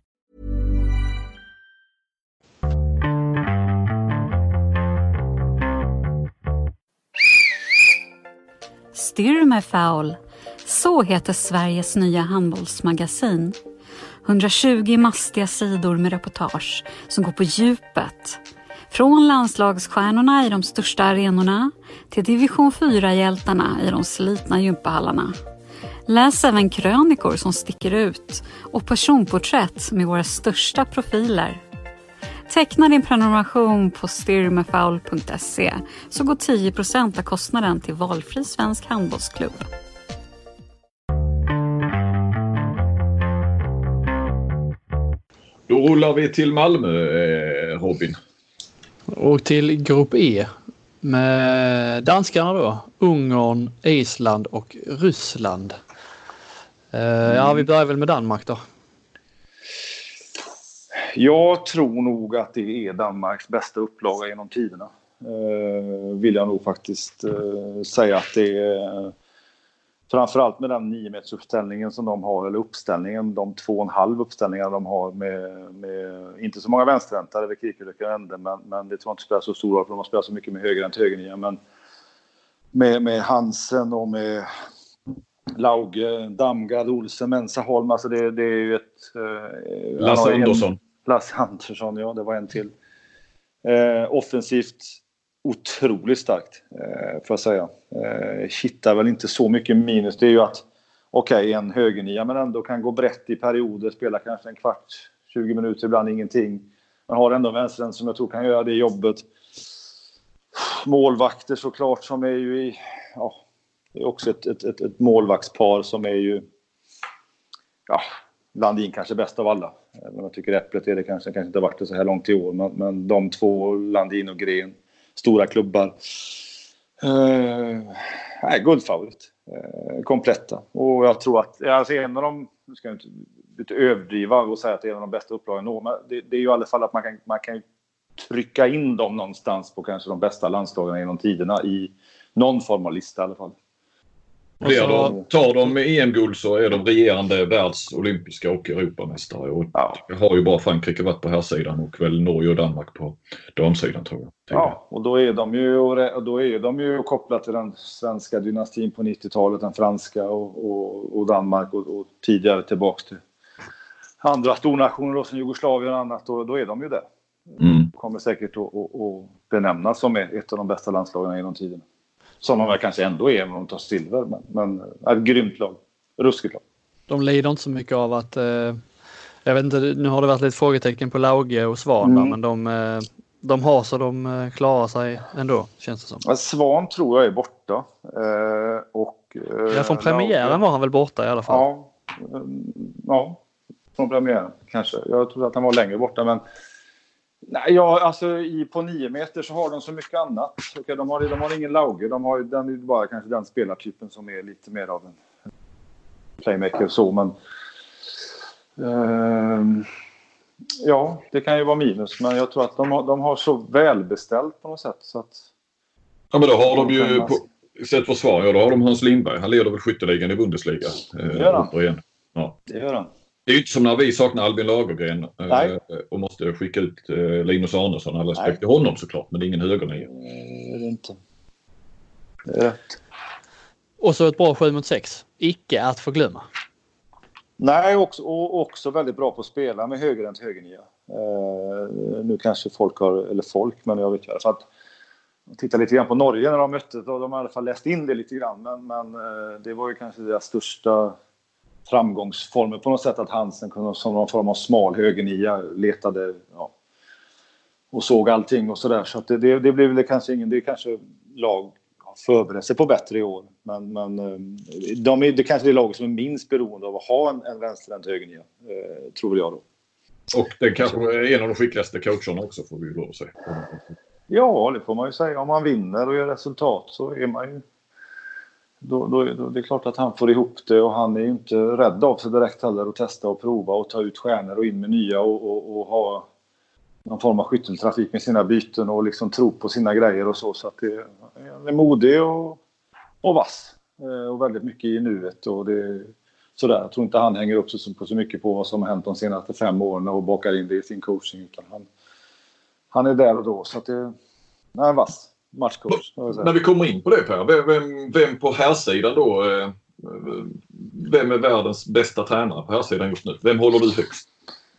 Styrme Foul. Så heter Sveriges nya handbollsmagasin. hundratjugo mastiga sidor med reportage som går på djupet. Från landslagsstjärnorna i de största arenorna till division fyra-hjältarna i de slitna gympahallarna. Läs även krönikor som sticker ut och personporträtt med våra största profiler. Teckna din prenumeration på styrmefoul punkt se så går tio procent av kostnaden till valfri svensk handbollsklubb. Då rullar vi till Malmö, eh, Robin. Och till grupp E med danskarna då. Ungern, Island och Ryssland. Eh, mm. Ja, vi börjar väl med Danmark då. Jag tror nog att det är Danmarks bästa upplaga genom tiderna. Eh, vill jag nog faktiskt eh, säga att det är... Framförallt med den nio meters uppställningen som de har, eller uppställningen, de två och en halv uppställningar de har med, med inte så många vänsterväntare vid Kirkelöka ände, men, men det tror jag inte spelar så stor roll för de har spelat så mycket med höger än till höger, men med, med Hansen och med Lauge, Damgard, Olsen, Mensaholm, alltså det, det är ju ett... Eh, Lasse Andersson. Lasse Andersson, ja, det var en till. Eh, offensivt otroligt starkt, eh, får jag säga. Eh, hittar väl inte så mycket minus. Det är ju att, okej, okay, en högernia men ändå kan gå brett i perioder, spela kanske en kvart, tjugo minuter, ibland ingenting. Man har ändå vänstern som jag tror kan göra det jobbet. Målvakter såklart som är ju i, ja, det är också ett, ett, ett, ett målvaktspar som är ju, ja, Landin kanske bäst av alla. Men jag tycker Äpplet är det kanske, kanske inte varit det så här långt i år, men, men de två, Landin och Gren, stora klubbar. Eh, nej, guldfavorit. Eh, kompletta. Och jag tror att, alltså en av dem, nu ska jag inte, inte överdriva och säga att det är en av de bästa upplagen nå, men det, det är ju i alla fall att man kan, man kan trycka in dem någonstans på kanske de bästa landslagen genom tiderna i någon form av lista i alla fall. Och så, de, tar de med E M-guld så är de regerande världs-, olympiska och Europamästare. Och ja. har ju bara Frankrike varit på här sidan och väl Norge och Danmark på damsidan tror jag. Ja, och då är de ju, och då är de ju kopplat till den svenska dynastin på nittiotalet, den franska och, och, och Danmark och, och tidigare tillbaks till andra stornationer då, som Jugoslavien och annat. Och då är de ju där. Mm. Kommer säkert att, att, att benämnas som ett av de bästa landslagen genom tiden. Som de kanske ändå är om de tar silver. Men, men är ett grymt lag. Ruskigt lag. De lider inte så mycket av att... Eh, jag vet inte, nu har det varit lite frågetecken på Lauge och Svan. Mm. Men de, eh, de har så de klarar sig ändå, känns det som. Ja, Svan tror jag är borta. Eh, och, eh, ja, från premiären Lauge var han väl borta i alla fall. Ja, eh, ja från premiären kanske. Jag tror att han var längre borta, men... Nej, ja, alltså i, på nio meter så har de så mycket annat. Okej, de, har, de har ingen Lauge. De har den är bara kanske den spelartypen som är lite mer av en playmaker så, men uh, ja, det kan ju vara minus, men jag tror att de har, de har så välbeställt på något sätt så att... Ja, men då har de ju på sätt försvar, ja, då har de Hans Lindberg. Han leder väl skytteligan i Bundesliga. Det gör han. Igen. Ja. Det gör han. Det är ju inte som när vi saknar Albin Lagergren eh, och måste skicka ut eh, Linus Arnesson. Alla respekt till honom såklart, men det är ingen högernia. Det är det inte. Det är rätt. Och så ett bra sju mot sex. Icke att förglömma. Nej, också, och också väldigt bra på att spela med höger än högernia. Eh, nu kanske folk har, eller folk, men jag vet ju för att titta lite grann på Norge när de mötte, och de har i alla fall läst in det lite grann, men, men eh, det var ju kanske deras största framgångsformer på något sätt, att Hansen kunde som någon form av smal högernia letade, ja, och såg allting och sådär, så att det, det, det blev väl kanske ingen, det är kanske lag förbereder sig på bättre i år, men, men de är, det kanske är lag som är minst beroende av att ha en, en vänsterhänt högernia, eh, tror jag då. Och det kanske är en av de skickligaste coacherna också, får vi ju lov att säga. Ja, det får man ju säga. Om man vinner och gör resultat så är man ju Då, då, då det är klart att han får ihop det, och han är ju inte rädd av sig direkt heller att testa och prova och ta ut stjärnor och in med nya och, och, och ha någon form av skytteltrafik med sina byten och liksom tro på sina grejer och så, så att det, han är modig och, och vass och väldigt mycket i nuet, och det sådär. Jag tror inte han hänger upp sig på så mycket på vad som har hänt de senaste fem åren och bakar in det i sin coaching, utan han, han är där och då, så att det är vass. Matchcoach. När vi kommer in på det, Per, vem, vem på här sidan då, vem är världens bästa tränare på här sidan just nu? Vem håller du högst?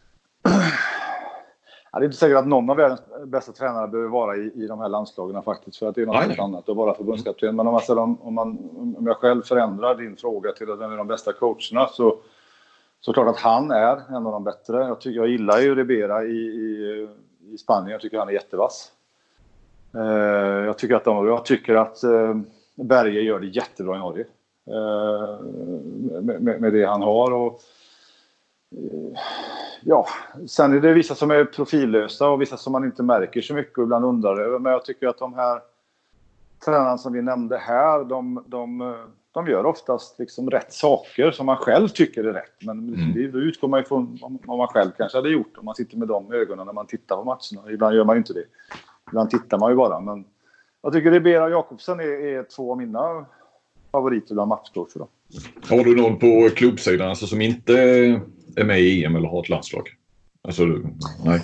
Ja, det är inte säkert att någon av världens bästa tränare behöver vara i, i de här landslagen faktiskt, för att det är något nej, helt nej. annat att vara förbundskapten. Men om, man, om, man, om jag själv förändrar din fråga till att vem är de bästa coacherna, så så klart att han är en av de bättre. Jag, tycker, jag gillar ju Ribera i, i, i Spanien. Jag tycker han är jättevass. Uh, jag tycker att de, jag tycker att uh, Berge gör det jättebra i Norge uh, med, med, med det han har, och uh, ja, sen är det vissa som är profillösa och vissa som man inte märker så mycket och ibland undrar över, men jag tycker att de här tränarna som vi nämnde här, de, de, de gör oftast liksom rätt saker som man själv tycker är rätt, men mm. det utgår man ifrån vad man själv kanske hade gjort om man sitter med de ögonen när man tittar på matcherna. Ibland gör man ju inte det. Ibland tittar man ju bara, men jag tycker Ribera och Jakobsen är, är två av mina favoriter bland matchcoacher då. Har du någon på klubbsidan alltså, som inte är med i E M eller har ett landslag? Alltså, nej.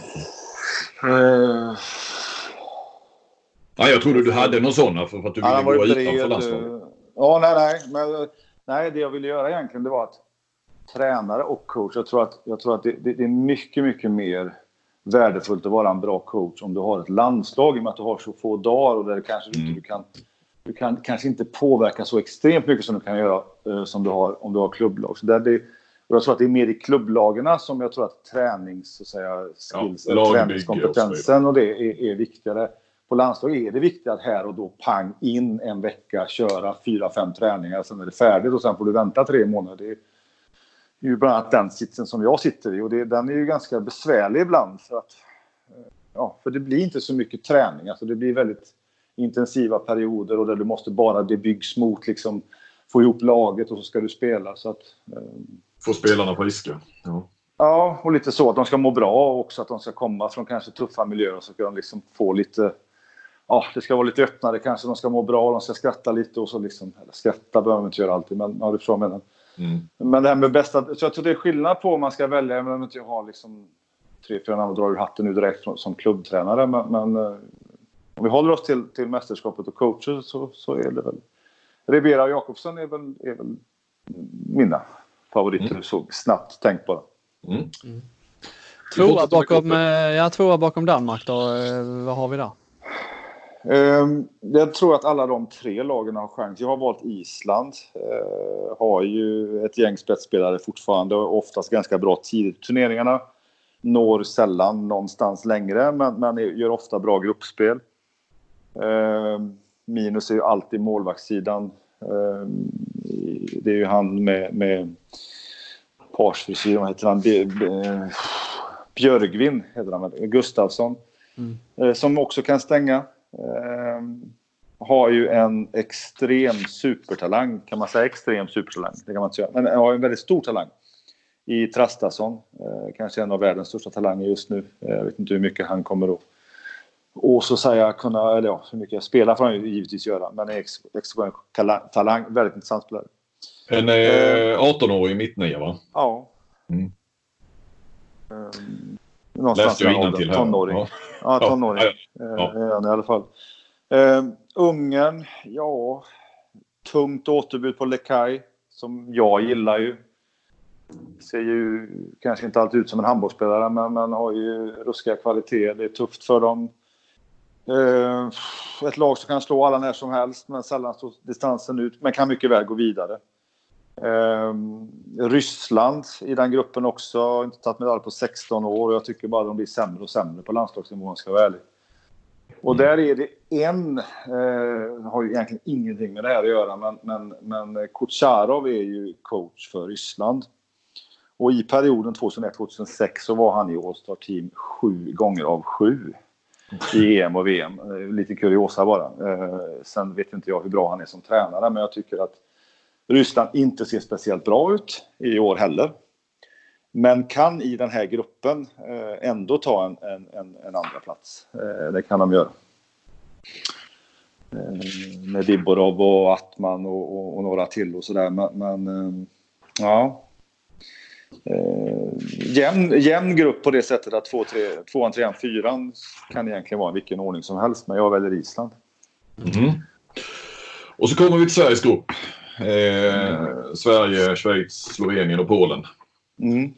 Uh... Nej, jag trodde du hade någon sån för att du ville ja, gå utanför landslaget. Ja, nej, nej. Men, nej, det jag ville göra egentligen, det var att tränare och coach, jag tror att, jag tror att det, det, det är mycket, mycket mer värdefullt att vara en bra coach om du har ett landslag, i och med att du har så få dagar och där kanske mm. du kan du kan kanske inte påverka så extremt mycket som du kan göra uh, som du har om du har klubblag. Så där det, och jag tror att det är mer i klubblagarna som jag tror att tränings så att säga skills, ja, träningskompetensen och, och det är, är viktigare. På landslag är det viktigt att här och då pang in en vecka, köra fyra, fem träningar, sen är det färdigt och sen får du vänta tre månader. Det är ju bland annat den sitsen som jag sitter i, och det, den är ju ganska besvärlig ibland för att ja, för det blir inte så mycket träning, alltså det blir väldigt intensiva perioder och där du måste bara, det byggs mot liksom få ihop laget och så ska du spela så att eh, få spelarna friska. Ja. Ja, och lite så att de ska må bra och också att de ska komma från kanske tuffa miljöer och så ska de liksom få lite, ja, det ska vara lite öppnare kanske, de ska må bra, de ska skratta lite och så liksom, eller skratta behöver man inte göra alltid, men ja, det förstår jag menar. Mm. Men det här med bästa, så jag tror det är skillnad på om man ska välja, men om inte jag har liksom tre, fyra namn och drar ur hatten nu direkt som, som klubbtränare, men, men om vi håller oss till, till mästerskapet och coacher så, så är det väl Ribera och Jakobsen är väl, är väl mina favoriter, mm. så snabbt tänkt bara. Mm. Mm. Tvåa bakom, ja, tvåa bakom Danmark då. Vad har vi där? Um, jag tror att alla de tre lagen har chans. Jag har valt Island. Uh, har ju ett gäng spetsspelare fortfarande och oftast ganska bra tidigt i turneringarna. Når sällan någonstans längre, men, men gör ofta bra gruppspel. Uh, minus är ju alltid målvaktssidan. Uh, det är ju han med, med parsfrisyr, vad heter han? Björgvin heter han väl, Gustafsson. Mm. Uh, som också kan stänga. Uh, har ju en extrem supertalang, kan man säga, extrem supertalang, det kan man inte säga, men har en väldigt stor talang i Trastason, uh, kanske en av världens största talanger just nu. Uh, jag vet inte hur mycket han kommer att och så säga kunna, eller ja, hur mycket jag spelar får han ju givetvis göra, men är extrem talang, väldigt intressant spelare. En uh, arton-årig mittnia, va? Ja. Mm. Um, någonstans läste jag innantill här. Tonåring. Ja, ja tonåring. Ja, ja. Ja. I alla fall. Uh, Ungern, ja. Tungt återbud på Lekaj, som jag gillar ju. Ser ju kanske inte alltid ut som en handbollsspelare, men man har ju ruskiga kvaliteter. Det är tufft för dem. Uh, ett lag som kan slå alla när som helst, men sällan står distansen ut. Men kan mycket väl gå vidare. Uh, Ryssland i den gruppen också. Har inte tagit medalj på sexton år. Jag tycker bara att de blir sämre och sämre på landslagsnivån, ska jag vara ärlig. Och mm. där är det en, eh, har ju egentligen ingenting med det här att göra, men, men, men Kucharov är ju coach för Ryssland. Och i perioden tjugohundraett till tjugohundrasex så var han i All-Star Team sju gånger av sju i E M och V M. Lite kuriosa bara. Eh, sen vet inte jag hur bra han är som tränare, men jag tycker att Ryssland inte ser speciellt bra ut i år heller. Men kan i den här gruppen eh, ändå ta en, en, en, en andra plats. Eh, det kan de göra. Eh, med Diborov och Attman och, och, och några till och sådär. Men, men eh, ja. Eh, jämn, jämn grupp på det sättet att två, tre, tvåan, trean, fyran kan egentligen vara vilken ordning som helst. Men jag väljer Island. Mm. Och så kommer vi till Sveriges grupp. Eh, Sverige, Schweiz, Slovenien och Polen. Mm.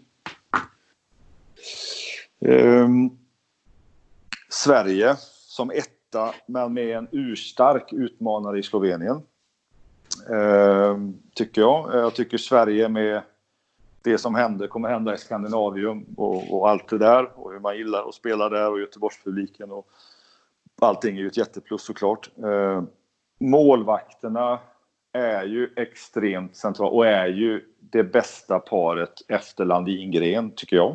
Um, Sverige som etta, men med en urstark utmanare i Slovenien. Um, tycker jag. Jag tycker Sverige med det som händer kommer hända i Skandinavium och, och allt det där. Och hur man gillar att spela där och Göteborgspubliken. Och allting är ju ett jätteplus såklart. Uh, målvakterna är ju extremt centrala och är ju det bästa paret efter Landin-Gren, tycker jag.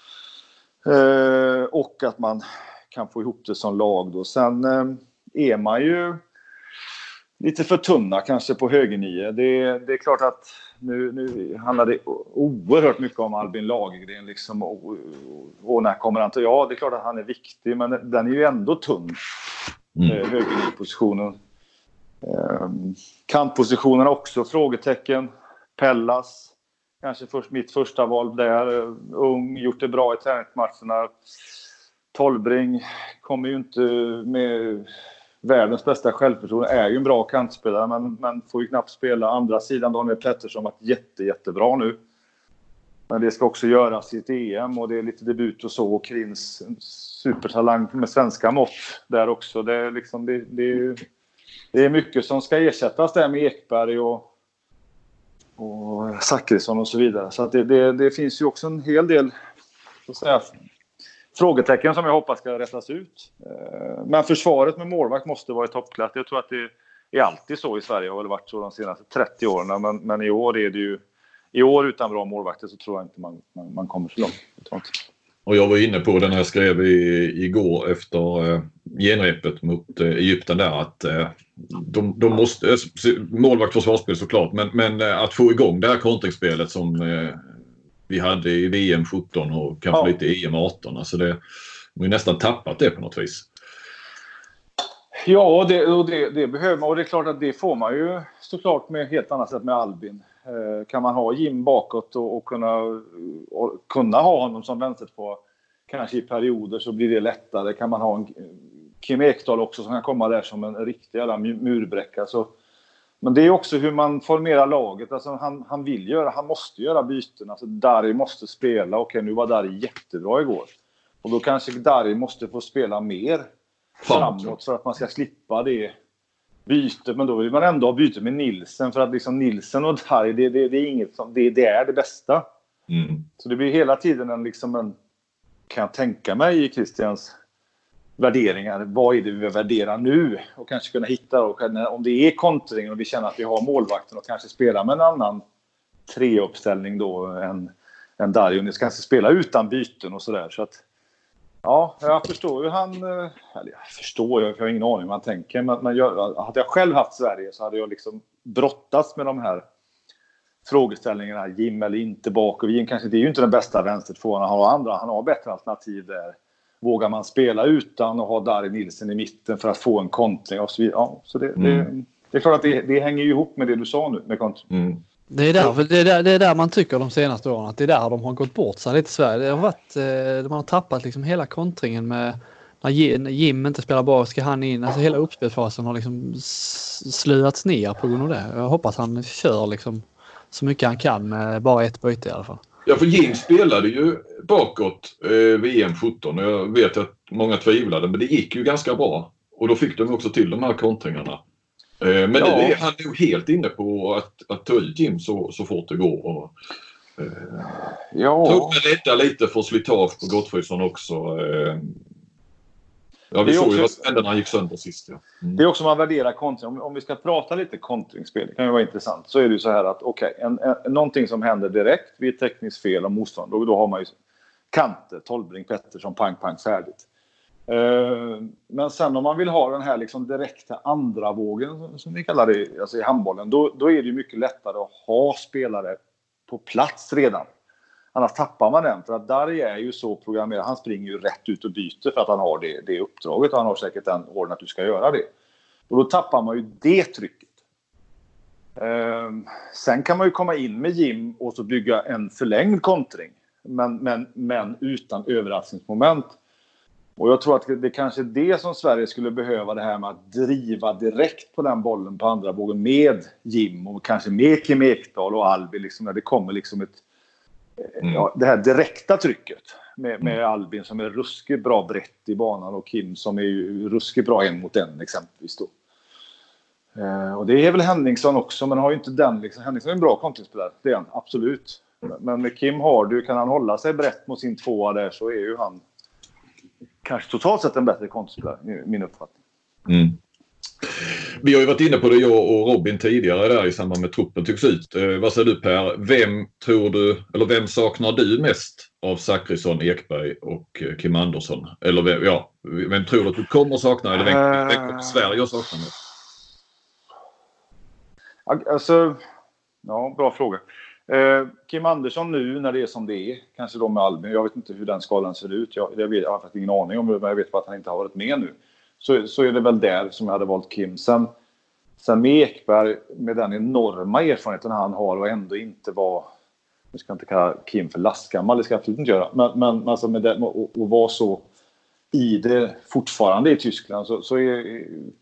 Eh, och att man kan få ihop det som lag då. Sen eh, är man ju lite för tunna kanske på högernio. Det, det är klart att nu, nu handlar det oerhört mycket om Albin Lagergren liksom, och, och, och när kommer han till? Ja, det är klart att han är viktig, men den är ju ändå tunn. Mm. Eh, högernio-positionen. Eh, kantpositionen också, frågetecken. Pellas. Kanske först, mitt första val där. Ung, gjort det bra i träningsmatcherna. Tolbring kommer ju inte med världens bästa självförtroende. Är ju en bra kantspelare, men, men får ju knappt spela. Andra sidan, Daniel Pettersson har varit jätte, jättebra nu. Men det ska också göras i ett E M och det är lite debut och så. Och Krins supertalang med svenska mått där också. Det är, liksom, det, det, är, det är mycket som ska ersättas där med Ekberg och och Zachrisson och så vidare. Så att det, det, det finns ju också en hel del så att säga, frågetecken som jag hoppas ska rättas ut. Men försvaret med målvakt måste vara i toppklass. Jag tror att det är alltid så i Sverige. Det har väl varit så de senaste trettio åren. Men, men i år är det ju i år utan bra målvakter så tror jag inte man, man, man kommer så långt. Jag tror inte. Och jag var inne på den här skrev i, igår efter eh, genrepet mot eh, Egypten där att eh, de, de måste, eh, målvakt försvarsspel såklart, men, men eh, att få igång det här kontringsspelet som eh, vi hade i V M sjutton och kanske ja. lite i E M arton. Alltså det, vi har nästan tappat det på något vis. Ja, det, och det, det behöver man. Och det är klart att det får man ju såklart med helt annat sätt med Albin. Eh, kan man ha Jim bakåt och, och, kunna, och kunna ha honom som vänster på kanske i perioder så blir det lättare. Kan man ha en Kim Ekdahl också som kan komma där som en riktig jävla murbräcka så, Men det är också hur man formerar laget. Alltså han, han vill göra, han måste göra byten. Alltså Dari måste spela. Okej, nu var Dari jättebra igår. Och då kanske Dari måste få spela mer framåt, framåt för att man ska slippa det bytet. Men då vill man ändå ha byte med Nilsen, för att liksom Nilsen och Dari, det, det, det är inget som, det, det är det bästa. Mm. Så det blir hela tiden en, liksom en, kan jag tänka mig i Christians värderingar, vad är det vi värderar nu, och kanske kunna hitta då, om det är kontring och vi känner att vi har målvakten och kanske spela med en annan treuppställning då än, än Dari, och ni ska kanske spela utan byten och sådär. Så att ja, jag förstår ju han, eller jag förstår, jag har ingen aning om vad han tänker, men, men jag, hade jag själv haft Sverige så hade jag liksom brottats med de här frågeställningarna, Jim eller inte bak, och Jim kanske, det är ju inte den bästa vänstertvåan, han har andra, han har bättre alternativ där. Vågar man spela utan och ha Dari Nilsen i mitten för att få en kontring och så vidare. Ja, så det, mm. det, det är klart att det, det hänger ju ihop med det du sa nu med kontring. Mm. Det är, där, det, är där, det är där man tycker de senaste åren att det är där de har gått bort sig lite i Sverige. Det har varit, de har tappat liksom hela kontringen med när Jim inte spelar bra, ska han in. Alltså hela uppspelsfasen har liksom slöats ner på grund av det. Jag hoppas han kör liksom så mycket han kan med bara ett byte i alla fall. Ja, för Jim spelade ju bakåt eh, V M sjutton och jag vet att många tvivlade, men det gick ju ganska bra. Och då fick de också till de här kontringarna. Eh, men ja. Nu är han nog helt inne på att, att ta ut Jim så, så fort det går. Och, eh, ja. Tror det lättar lite för slitage på Gottfridsson också. Eh, ja, vi såg också, ju vad som hände när han gick sönder sist. Ja. Mm. Det är också man värderar kontring. Om, om vi ska prata lite kontringsspel, det kan ju vara intressant. Så är det ju så här att okej, okay, en, en, någonting som händer direkt vid ett tekniskt fel av motstånd, då, då har man ju kanter, Tolbring, Pettersson, pang, pang, färdigt. Uh, men sen om man vill ha den här liksom direkta andra vågen, som vi kallar det, alltså i handbollen, då, då är det ju mycket lättare att ha spelare på plats redan. Annars tappar man den, för att Dari är ju så programmerad. Han springer ju rätt ut och byter för att han har det, det uppdraget, och han har säkert den orden att du ska göra det. Och då tappar man ju det trycket. Um, sen kan man ju komma in med Jim och så bygga en förlängd kontring. Men, men, men utan överraskningsmoment. Och jag tror att det kanske är det som Sverige skulle behöva, det här med att driva direkt på den bollen på andra vågen med Jim och kanske med Kim Ekdahl och Albin, liksom, när det kommer liksom ett Mm. Ja, det här direkta trycket med, med Albin som är ruskigt bra brett i banan och Kim som är ju ruskigt bra en mot en exempelvis då. Eh, och det är väl Henningsson också, men har ju inte den liksom. Henningsson är en bra kontringsspelare, det är han, absolut. Men med Kim har du, kan han hålla sig brett mot sin tvåa där, så är ju han kanske totalt sett en bättre kontringsspelare, i min uppfattning. Mm. Vi har ju varit inne på det, jag och Robin, tidigare där i samband med truppen tycks ut. Eh, vad säger du Per? Vem tror du, eller vem saknar du mest av Zachrisson, Ekberg och eh, Kim Andersson? Eller vem, ja, vem tror du att du kommer sakna? Eller vem, vem kommer Sverige att sakna mest? Alltså, ja, bra fråga. Eh, Kim Andersson nu när det är som det är, kanske då med Albin. Jag vet inte hur den skalan ser ut. Jag, jag, vet, jag har faktiskt ingen aning om det, men jag vet bara att han inte har varit med nu. Så, så är det väl där som jag hade valt Kim. Sen, sen med Ekberg, med den enorma erfarenheten han har och ändå inte vara, jag ska inte kalla Kim för lastgammal, det ska jag absolut inte göra. Men, men alltså med det, och, och vara så i det fortfarande i Tyskland, så, så är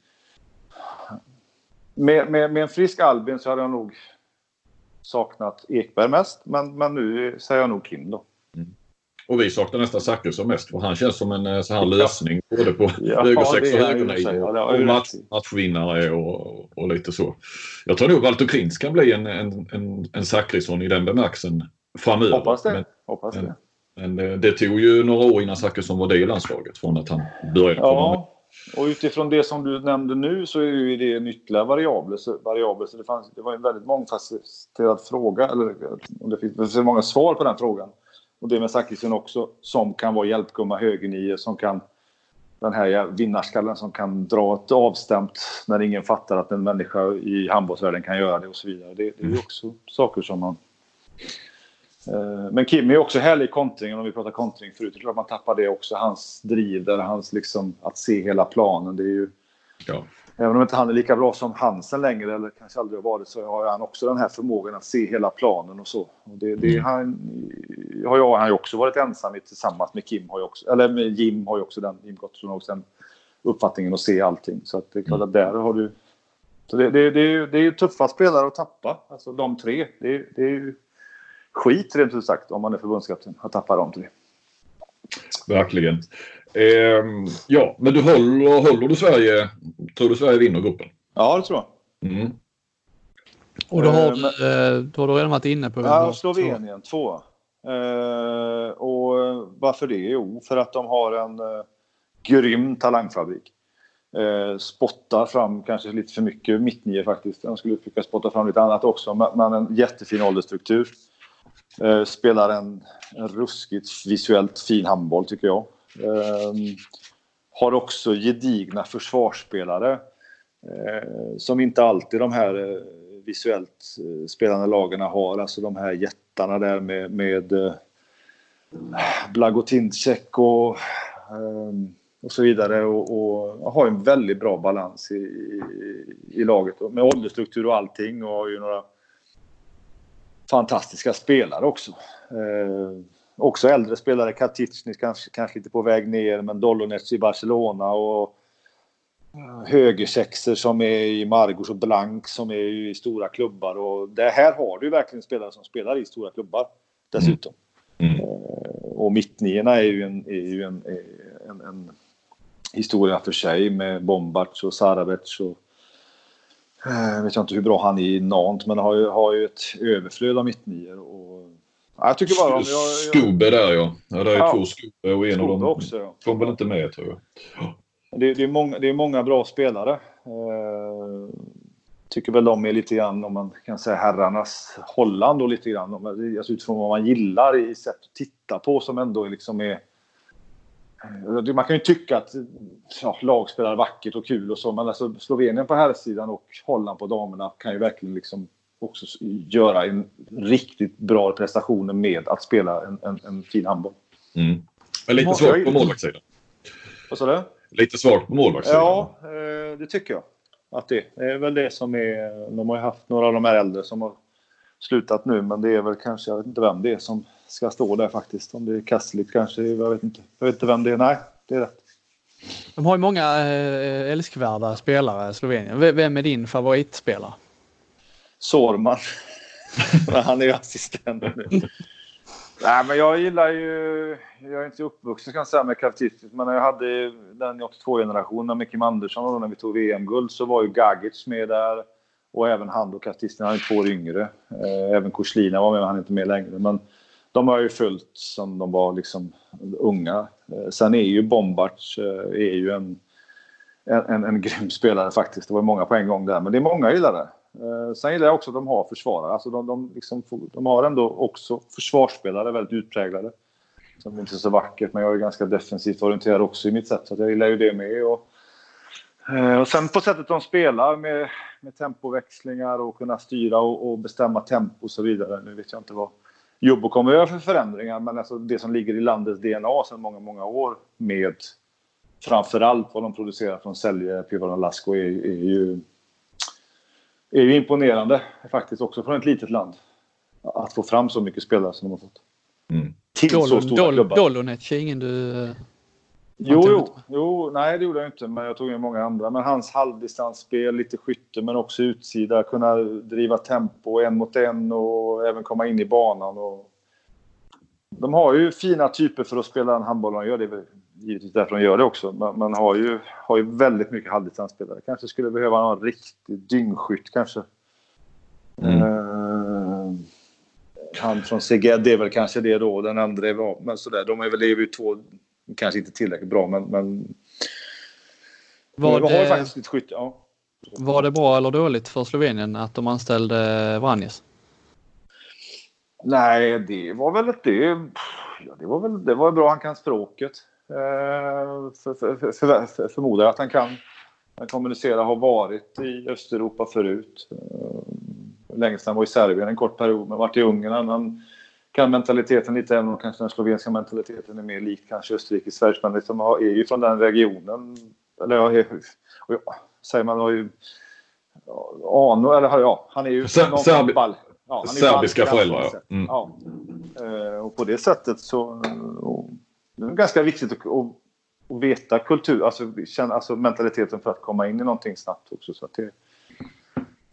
med, med, med en frisk Albin så hade jag nog saknat Ekberg mest. Men, men nu säger jag nog Kim då. Mm. Och vi saknar nästan Zachrisson mest, för han känns som en så här lösning både på ja, högersex och högernio och, och match, matchvinnare och, och lite så. Jag tror nog Walter Krins kan bli en, en, en, en Zachrisson i den bemärkelsen framöver. Hoppas det. Men, Hoppas det. Men, men det tog ju några år innan Zachrisson var det i landslaget från att han började komma ja, med. Och utifrån det som du nämnde nu så är ju det en ytterligare variabel. Så, variabel, så det, fanns, det var en väldigt mångfacetterad fråga, eller det finns det många svar på den frågan. Och det med Zachrisson också, som kan vara hjälpgumma högernio, som kan den här vinnarskallen som kan dra ett avstämt när ingen fattar att en människa i handbollsvärlden kan göra det och så vidare. Det, det är också saker som man... Eh, men Kim är också härlig i kontringen, om vi pratar kontring förut. Jag tror att man tappar det också, hans driv där, hans liksom att se hela planen. Det är ju... Ja. Även om inte han är lika bra som Hansen längre, eller kanske aldrig har varit, så har han också den här förmågan att se hela planen och så. Och det, det han, har jag han har också varit ensam i, tillsammans med Kim, har jag också, eller med Jim har ju också den, Jim Gottfridsson också den uppfattningen att se allting. Så att det är klart att där har du Så det, det, det, är ju, det är ju tuffa spelare att tappa. Alltså de tre. Det, det är ju skit rent ut sagt om man är förbundskapten att tappa de tre. Verkligen. Eh, ja, men du håller, håller du Sverige, tror du Sverige vinner gruppen? Ja, det tror jag. Mm. Och då har, Eh, men, du, då har du redan varit inne på... Ja, Slovenien, två. Eh, och varför det? Jo, för att de har en eh, grym talangfabrik. Eh, spottar fram kanske lite för mycket mittnior faktiskt. De skulle försöka spotta fram lite annat också. Men, men en jättefin åldersstruktur. Eh, spelar en, en ruskigt visuellt fin handboll tycker jag. Eh, har också gedigna försvarsspelare. Eh, som inte alltid de här eh, visuellt eh, spelande lagarna har. Alltså de här jättarna där med, med eh, Blagotinček och, eh, och så vidare. Och, och har en väldigt bra balans i, i, i laget. Med åldersstruktur och allting. Och har ju några fantastiska spelare också. Eh, också äldre spelare. Katicnik kanske, kanske lite på väg ner. Men Dolonec i Barcelona och högersexer som är i Margos och Blank som är i stora klubbar. Och det här har du verkligen spelare som spelar i stora klubbar dessutom. Mm. Och mittnierna är ju en, är ju en, en, en historia för sig med Bombards och Sarabec och jag vet inte hur bra han är i Nantes, men har ju, har ju ett överflöd av mittnier. Och ja, jag tycker bara om jag, jag... Skubbe där ja. Ja, det är ja. två Skubbe och en Skubbe av dem också, ja. Får väl inte med tror jag. Det, det, är många, det är många bra spelare. Eh, tycker väl de är lite grann, om man kan säga, herrarnas Holland och lite grann. Alltså utifrån vad man gillar i sätt att titta på som ändå liksom är... Man kan ju tycka att ja, lag spelar vackert och kul och så, men alltså Slovenien på herrsidan och Holland på damerna kan ju verkligen liksom också göra en riktigt bra prestationer med att spela en, en, en fin handboll. Mm. Men lite svagt på målvaktssidan. Vad sa du? Lite svagt på målvaktssidan. Ja, det tycker jag. Att det, det är väl det som är... De har ju haft några av de här äldre som har slutat nu, men det är väl kanske, jag vet inte vem det är som ska stå där faktiskt. Om det är Kassligt kanske, jag vet inte. Jag vet inte vem det är. Nej, det är rätt. De har ju många äh, älskvärda spelare i Slovenien. V- vem är din favoritspelare? Sorman. Han är ju assistent nu. Nej, men jag gillar ju... Jag är inte uppvuxen kan jag säga med Kravcic, men när jag hade den åttiotvå-generationen med Kim Andersson och när vi tog V M-guld så var ju Gagic med där. Och även han och Kravcic, han är två år yngre. Även Korslina var med, men han är inte med längre. Men de har ju följt som de var liksom unga. Sen är ju Bombards är ju en, en, en grym spelare faktiskt. Det var många på en gång där, men det är många gillar det. Sen gillar jag också att de har försvarare. Alltså de, de, liksom, de har ändå också försvarsspelare väldigt utpräglade. Som inte är så vackert, men jag är ganska defensivt orienterad också i mitt sätt. Så jag gillar ju det med. Och, och sen på sättet de spelar med, med tempoväxlingar och kunna styra och, och bestämma tempo och så vidare. Nu vet jag inte vad Jobbo kommer att göra för förändringar, men alltså det som ligger i landets D N A sedan många, många år med framförallt vad de producerar från Sälje, Pivotal och Lasko är, är ju är ju imponerande faktiskt också från ett litet land att få fram så mycket spelare som de har fått. Mm. Till Dol- så stora Dol- klubbar. Dolonec är ingen du... Jo, jo, jo, nej det gjorde jag inte, men jag tog ju många andra. Men hans halvdistansspel, lite skytte men också utsida, kunna driva tempo en mot en och även komma in i banan. Och... De har ju fina typer för att spela en handboll, de gör det givetvis därför de gör det också. Men man har ju, har ju väldigt mycket halvdistansspelare. Kanske skulle behöva någon riktig dyngskytt kanske. Mm. Uh, han från Szeged, det är väl kanske det då. Den andra är bra, men sådär. De är väl är ju två... Kanske inte tillräckligt bra, men... men var det, har ju faktiskt ett skytt, ja. Var det bra eller dåligt för Slovenien att de anställde Vranjes? Nej, det var väl ett det. Ja, det var väl det var bra. Han kan språket. Eh, för, för, för, för, för, förmodar att han kan. Han kommunicerar, har varit i Östeuropa förut. Eh, längst han var i Serbien en kort period, men varit i Ungern. Han kan mentaliteten lite, även om kanske den slovenska mentaliteten är mer lik kanske Österrike, Sverige, men liksom är ju från den regionen. Eller ja, och ja, säger man har ju Ano, eller ja, han är ju Ser- Serbi- ball. Ja, han är serbiska föräldrar. Ja. Mm. Ja. Och på det sättet så och, det är ganska viktigt att, att, att veta kultur, alltså, känna, alltså mentaliteten för att komma in i någonting snabbt också. Så att det,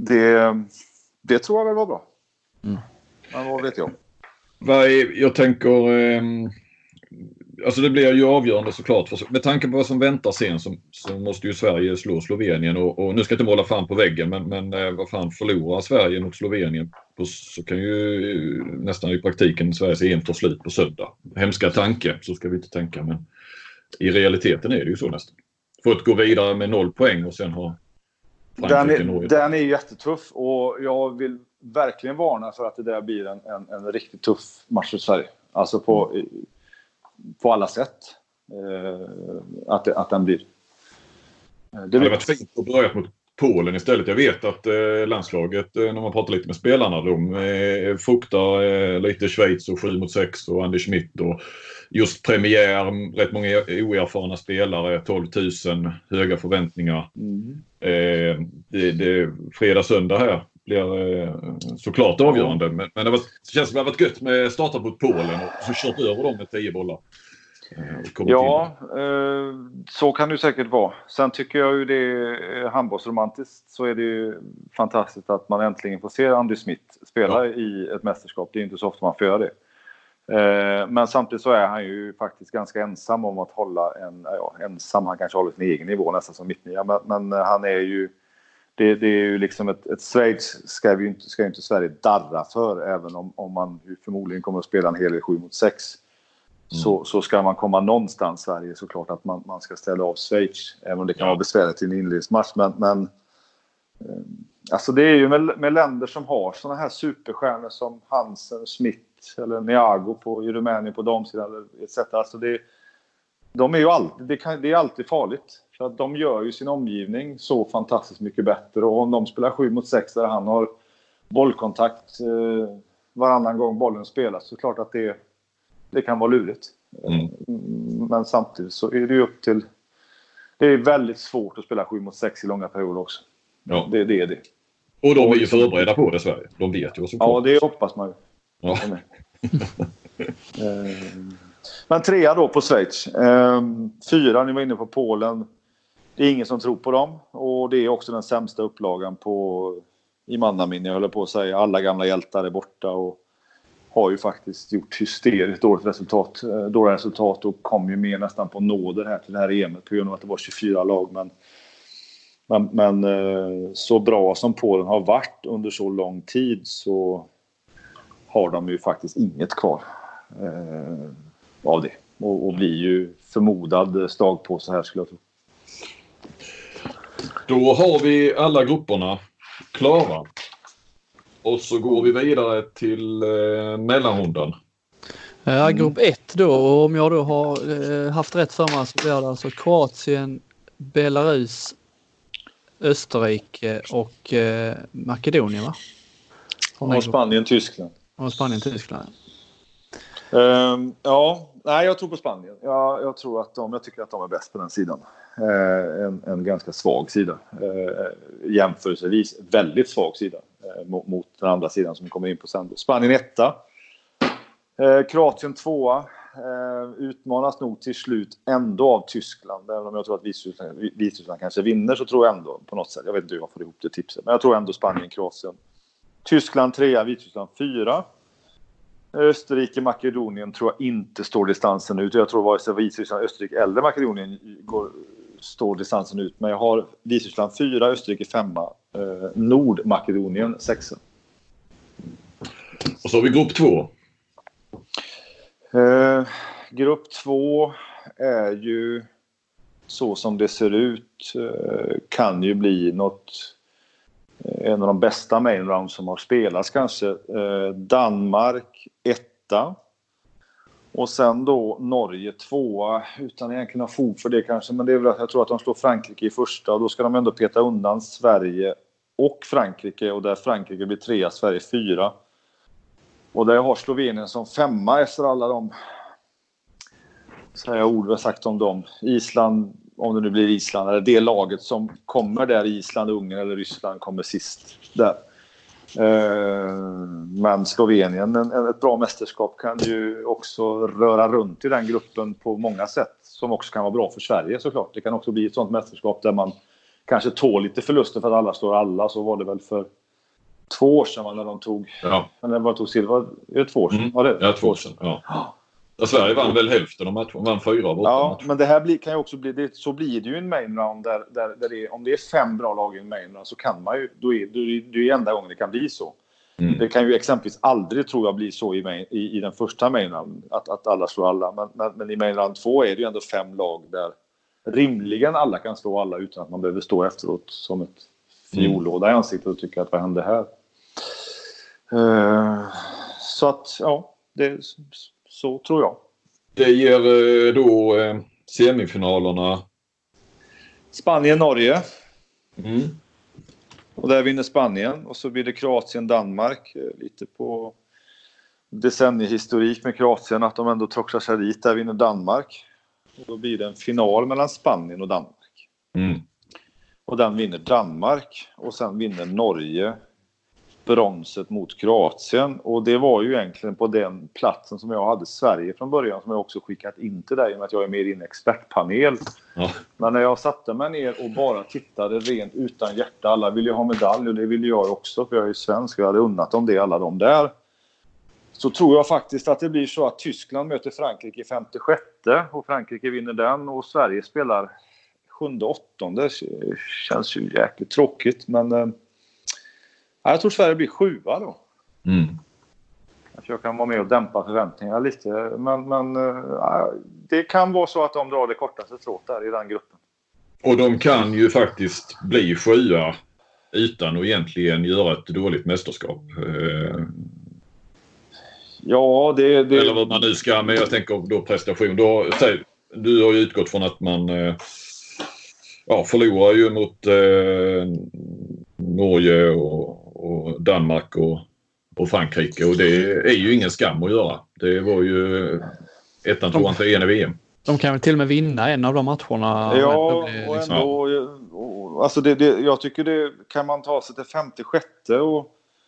det, det tror jag väl var bra. Mm. Men vad vet jag? Jag tänker... Eh, alltså det blir ju avgörande såklart. För, med tanke på vad som väntar sen så, så måste ju Sverige slå Slovenien. Och, och nu ska jag inte måla fan på väggen. Men, men eh, vad fan förlorar Sverige mot Slovenien på, så kan ju nästan i praktiken Sveriges E M ta slut på söndag. Hemska tanke, så ska vi inte tänka. Men i realiteten är det ju så nästan. För att gå vidare med noll poäng och sen ha Frankrike, den är, den är jättetuff. Och jag vill verkligen varna för att det där blir en, en, en riktigt tuff match för Sverige. Alltså på... Mm. på alla sätt eh, att, det, att den blir. Det, det hade varit fint att börja mot Polen istället. Jag vet att eh, landslaget, eh, när man pratar lite med spelarna, de eh, fruktar eh, lite Schweiz och sju mot sex och Anders Schmidt och just premiär, rätt många oerfarna spelare, tolv tusen, höga förväntningar. Mm. Eh, det, det fredag, söndag här blir eh, såklart avgörande. Men, men det, var, det känns som det har varit gött med starta mot Polen och så kört över dem med tio bollar. Eh, ja, eh, så kan det säkert vara. Sen tycker jag ju det är handbollsromantiskt, så är det ju fantastiskt att man äntligen får se Andy Smith spela ja. i ett mästerskap. Det är inte så ofta man får göra det. Eh, men samtidigt så är han ju faktiskt ganska ensam om att hålla en, ja, ensam, han kanske håller sin egen nivå nästan som mittnia, men, men han är ju Det, det är ju liksom ett, ett Schweiz ska vi inte, ska inte Sverige darra för, även om, om man förmodligen kommer att spela en hel del sju mot sex. Mm. Så, så ska man komma någonstans i Sverige såklart att man, man ska ställa av Schweiz, även om det kan ja. vara besvärligt i en inledningsmatch. Men, men eh, alltså det är ju med, med länder som har såna här superstjärnor som Hansen, Smith eller Niago på, i Rumänien på damsidan et cetera. Alltså det, de är ju alltid, det, kan, det är alltid farligt. För att de gör ju sin omgivning så fantastiskt mycket bättre. Och om de spelar sju mot sex där han har bollkontakt eh, varannan gång bollen spelas, så klart att det, det kan vara lurigt. Mm. Men samtidigt så är det ju upp till... Det är väldigt svårt att spela sju mot sex i långa perioder också. Ja. Det, det är det. Och de är ju förberedda på det, Sverige. De vet ju vad som kommer. Ja, det hoppas man ju. Ja. Men trea då på Schweiz. Fyra, ni var inne på Polen. Det är ingen som tror på dem. Och det är också den sämsta upplagan på, i mannaminne, jag håller på att säga. Alla gamla hjältar är borta och har ju faktiskt gjort hysteriskt dåligt resultat. Dåliga resultat och kom ju med nästan på nåder här till det här E M:et på grund av att det var tjugofyra lag. Men, men, men så bra som Polen har varit under så lång tid så har de ju faktiskt inget kvar eh, av det. Och, och blir ju förmodad stag på så här, skulle jag tro. Då har vi alla grupperna klara. Och så går vi vidare till eh, mellanrundan. Ja, grupp ett då. Och om jag då har eh, haft rätt för mig så blir det alltså Kroatien, Belarus, Österrike och eh, Makedonien, va? Och Spanien, Tyskland. Och Spanien, Tyskland. Um, ja, nej, jag tror på Spanien. Jag, jag tror att de, jag tycker att de är bäst på den sidan. Uh, en, en ganska svag sida. Uh, jämförelsevis väldigt svag sida uh, mot, mot den andra sidan som kommer in på sen. Spanien etta. Uh, Kroatien tvåa. Uh, utmanas nog till slut ändå av Tyskland. Även om jag tror att Vitryssland, Vitryssland kanske vinner, så tror jag ändå på något sätt. Jag vet inte hur jag får ihop det tipset. Men jag tror ändå Spanien, Kroatien. Tyskland trea, Vitryssland fyra. Österrike, Makedonien tror jag inte står distansen ut. Jag tror vare sig Vitryssland, Österrike eller Makedonien går, står distansen ut. Men jag har Vitryssland fyra, Österrike femma, eh, Nordmakedonien sexa. Och så har vi grupp två. Eh, grupp två är ju så som det ser ut. Eh, kan ju bli något... En av de bästa main rounds som har spelats kanske. Eh, Danmark etta. Och sen då Norge tvåa. Utan egentligen ha fog för det kanske. Men det är väl att jag tror att de slår Frankrike i första. Och då ska de ändå peta undan Sverige och Frankrike. Och där Frankrike blir trea, Sverige fyra. Och där har Slovenien som femma efter alla de... Så jag ord har sagt om dem. Island... Om det nu blir Island eller det laget som kommer där, Island, Ungern eller Ryssland kommer sist där. Men Slovenien, ett bra mästerskap, kan ju också röra runt i den gruppen på många sätt som också kan vara bra för Sverige såklart. Det kan också bli ett sånt mästerskap där man kanske tål lite förluster för att alla slår alla. Så var det väl för två år sedan när de tog... Ja. När de tog silver. Är det två år sedan? Mm. Ja, det ja, två år sedan. Ja. Ja, Sverige vann väl hälften av matchen. Vann fyra av åtta ja, matcher. Men det här blir, kan ju också bli... Det, så blir det ju en main round där, där, där det är, om det är fem bra lag i en main round så kan man ju... Då är, då är det är enda gången det kan bli så. Mm. Det kan ju exempelvis aldrig, tror jag, bli så i, main, i, i den första main round. Att, att alla slår alla. Men, men, men i main round två är det ju ändå fem lag där rimligen alla kan slå alla utan att man behöver stå efteråt som ett fiollåda i ansiktet och tycka att vad hände här. Uh, så att, ja, det, så tror jag. Det ger då eh, semifinalerna Spanien-Norge. Mm. Och där vinner Spanien. Och så blir det Kroatien-Danmark. Lite på decenniehistorik med Kroatien att de ändå troxar sig dit. Där vinner Danmark. Och då blir det en final mellan Spanien och Danmark. Mm. Och den vinner Danmark. Och sen vinner Norge bronset mot Kroatien. Och det var ju egentligen på den platsen som jag hade Sverige från början. Som jag också skickat in till dig med att jag är med i din expertpanel. Ja. Men när jag satte mig ner och bara tittade rent utan hjärta. Alla ville ju ha medalj och det ville jag också. För jag är ju svensk och jag hade unnat om det, alla de där. Så tror jag faktiskt att det blir så att Tyskland möter Frankrike i femtiosexte. Och Frankrike vinner den. Och Sverige spelar sjunde åttonde. Det känns ju jäkligt tråkigt. Men... jag tror Sverige blir sjua då. Mm. Jag kan vara med och dämpa förväntningarna lite. Men, men ja, det kan vara så att de drar det kortaste strået där i den gruppen. Och de kan ju faktiskt bli sjua utan att egentligen göra ett dåligt mästerskap. Ja, det... det... Eller vad man nu ska, men jag tänker då prestation. Då, du har ju utgått från att man ja, förlorar ju mot eh, Norge och och Danmark och, och Frankrike. Och det är ju ingen skam att göra. Det var ju ettan, tvåan, trean i V M. De kan väl till och med vinna en av de matcherna. Ja, och ändå... Och, alltså det, det, jag tycker det kan man ta sig till femtiosexte och...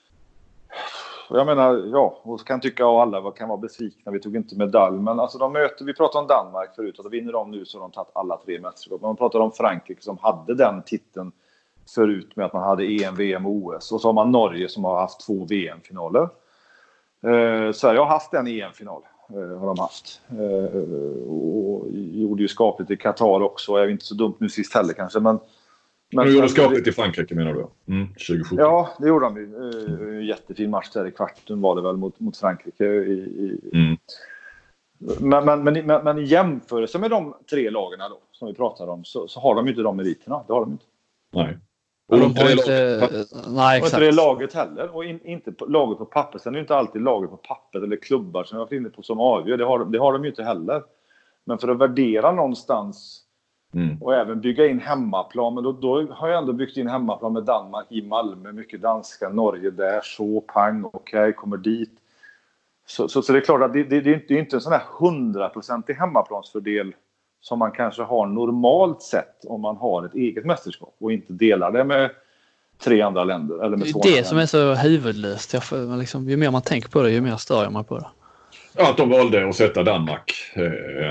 Jag menar, ja, och kan tycka att alla kan vara besvikna. Vi tog inte medalj, men alltså de möter... Vi pratade om Danmark förut, och då vinner de nu så de tagit alla tre mästerskap. Men man pratar om Frankrike som hade den titeln förut med att man hade E M, V M och O S. Och så har man Norge som har haft två V M-finaler. Eh, Sverige har haft en E M-final. Eh, har de haft. Eh, och gjorde ju skapligt i Qatar också. Jag är inte så dumt nu sist heller kanske. Men, men de gjorde skapligt i Frankrike menar du? Mm, tjugosjutton. Ja, det gjorde de ju. Eh, jättefin match där i kvarten var det väl mot, mot Frankrike. I, i... Mm. Men, men, men, men, men i jämförelse med de tre lagen då, som vi pratade om så, så har de ju inte de meriterna. Det har de inte. Nej. Och de har inte, nej, exakt. Och inte det laget heller. Och in, inte på, laget på papper. Sen är det inte alltid laget på pappret eller klubbar som jag var inne på som avgör. Det har, de, det har de ju inte heller. Men för att värdera någonstans mm. och även bygga in hemmaplan. Men då, då har jag ändå byggt in hemmaplan med Danmark i Malmö. Mycket danska, Norge där. Så, pang, okej, okay, kommer dit. Så, så, så det är klart att det, det, det är inte, det är inte en sån här hundraprocentig hemmaplansfördel som man kanske har normalt sett om man har ett eget mästerskap och inte delar det med tre andra länder. Eller med det är två det länder. Som är så huvudlöst. Jag får, liksom, ju mer man tänker på det, ju mer stör jag mig på det. Ja, att de valde att sätta Danmark. Eh,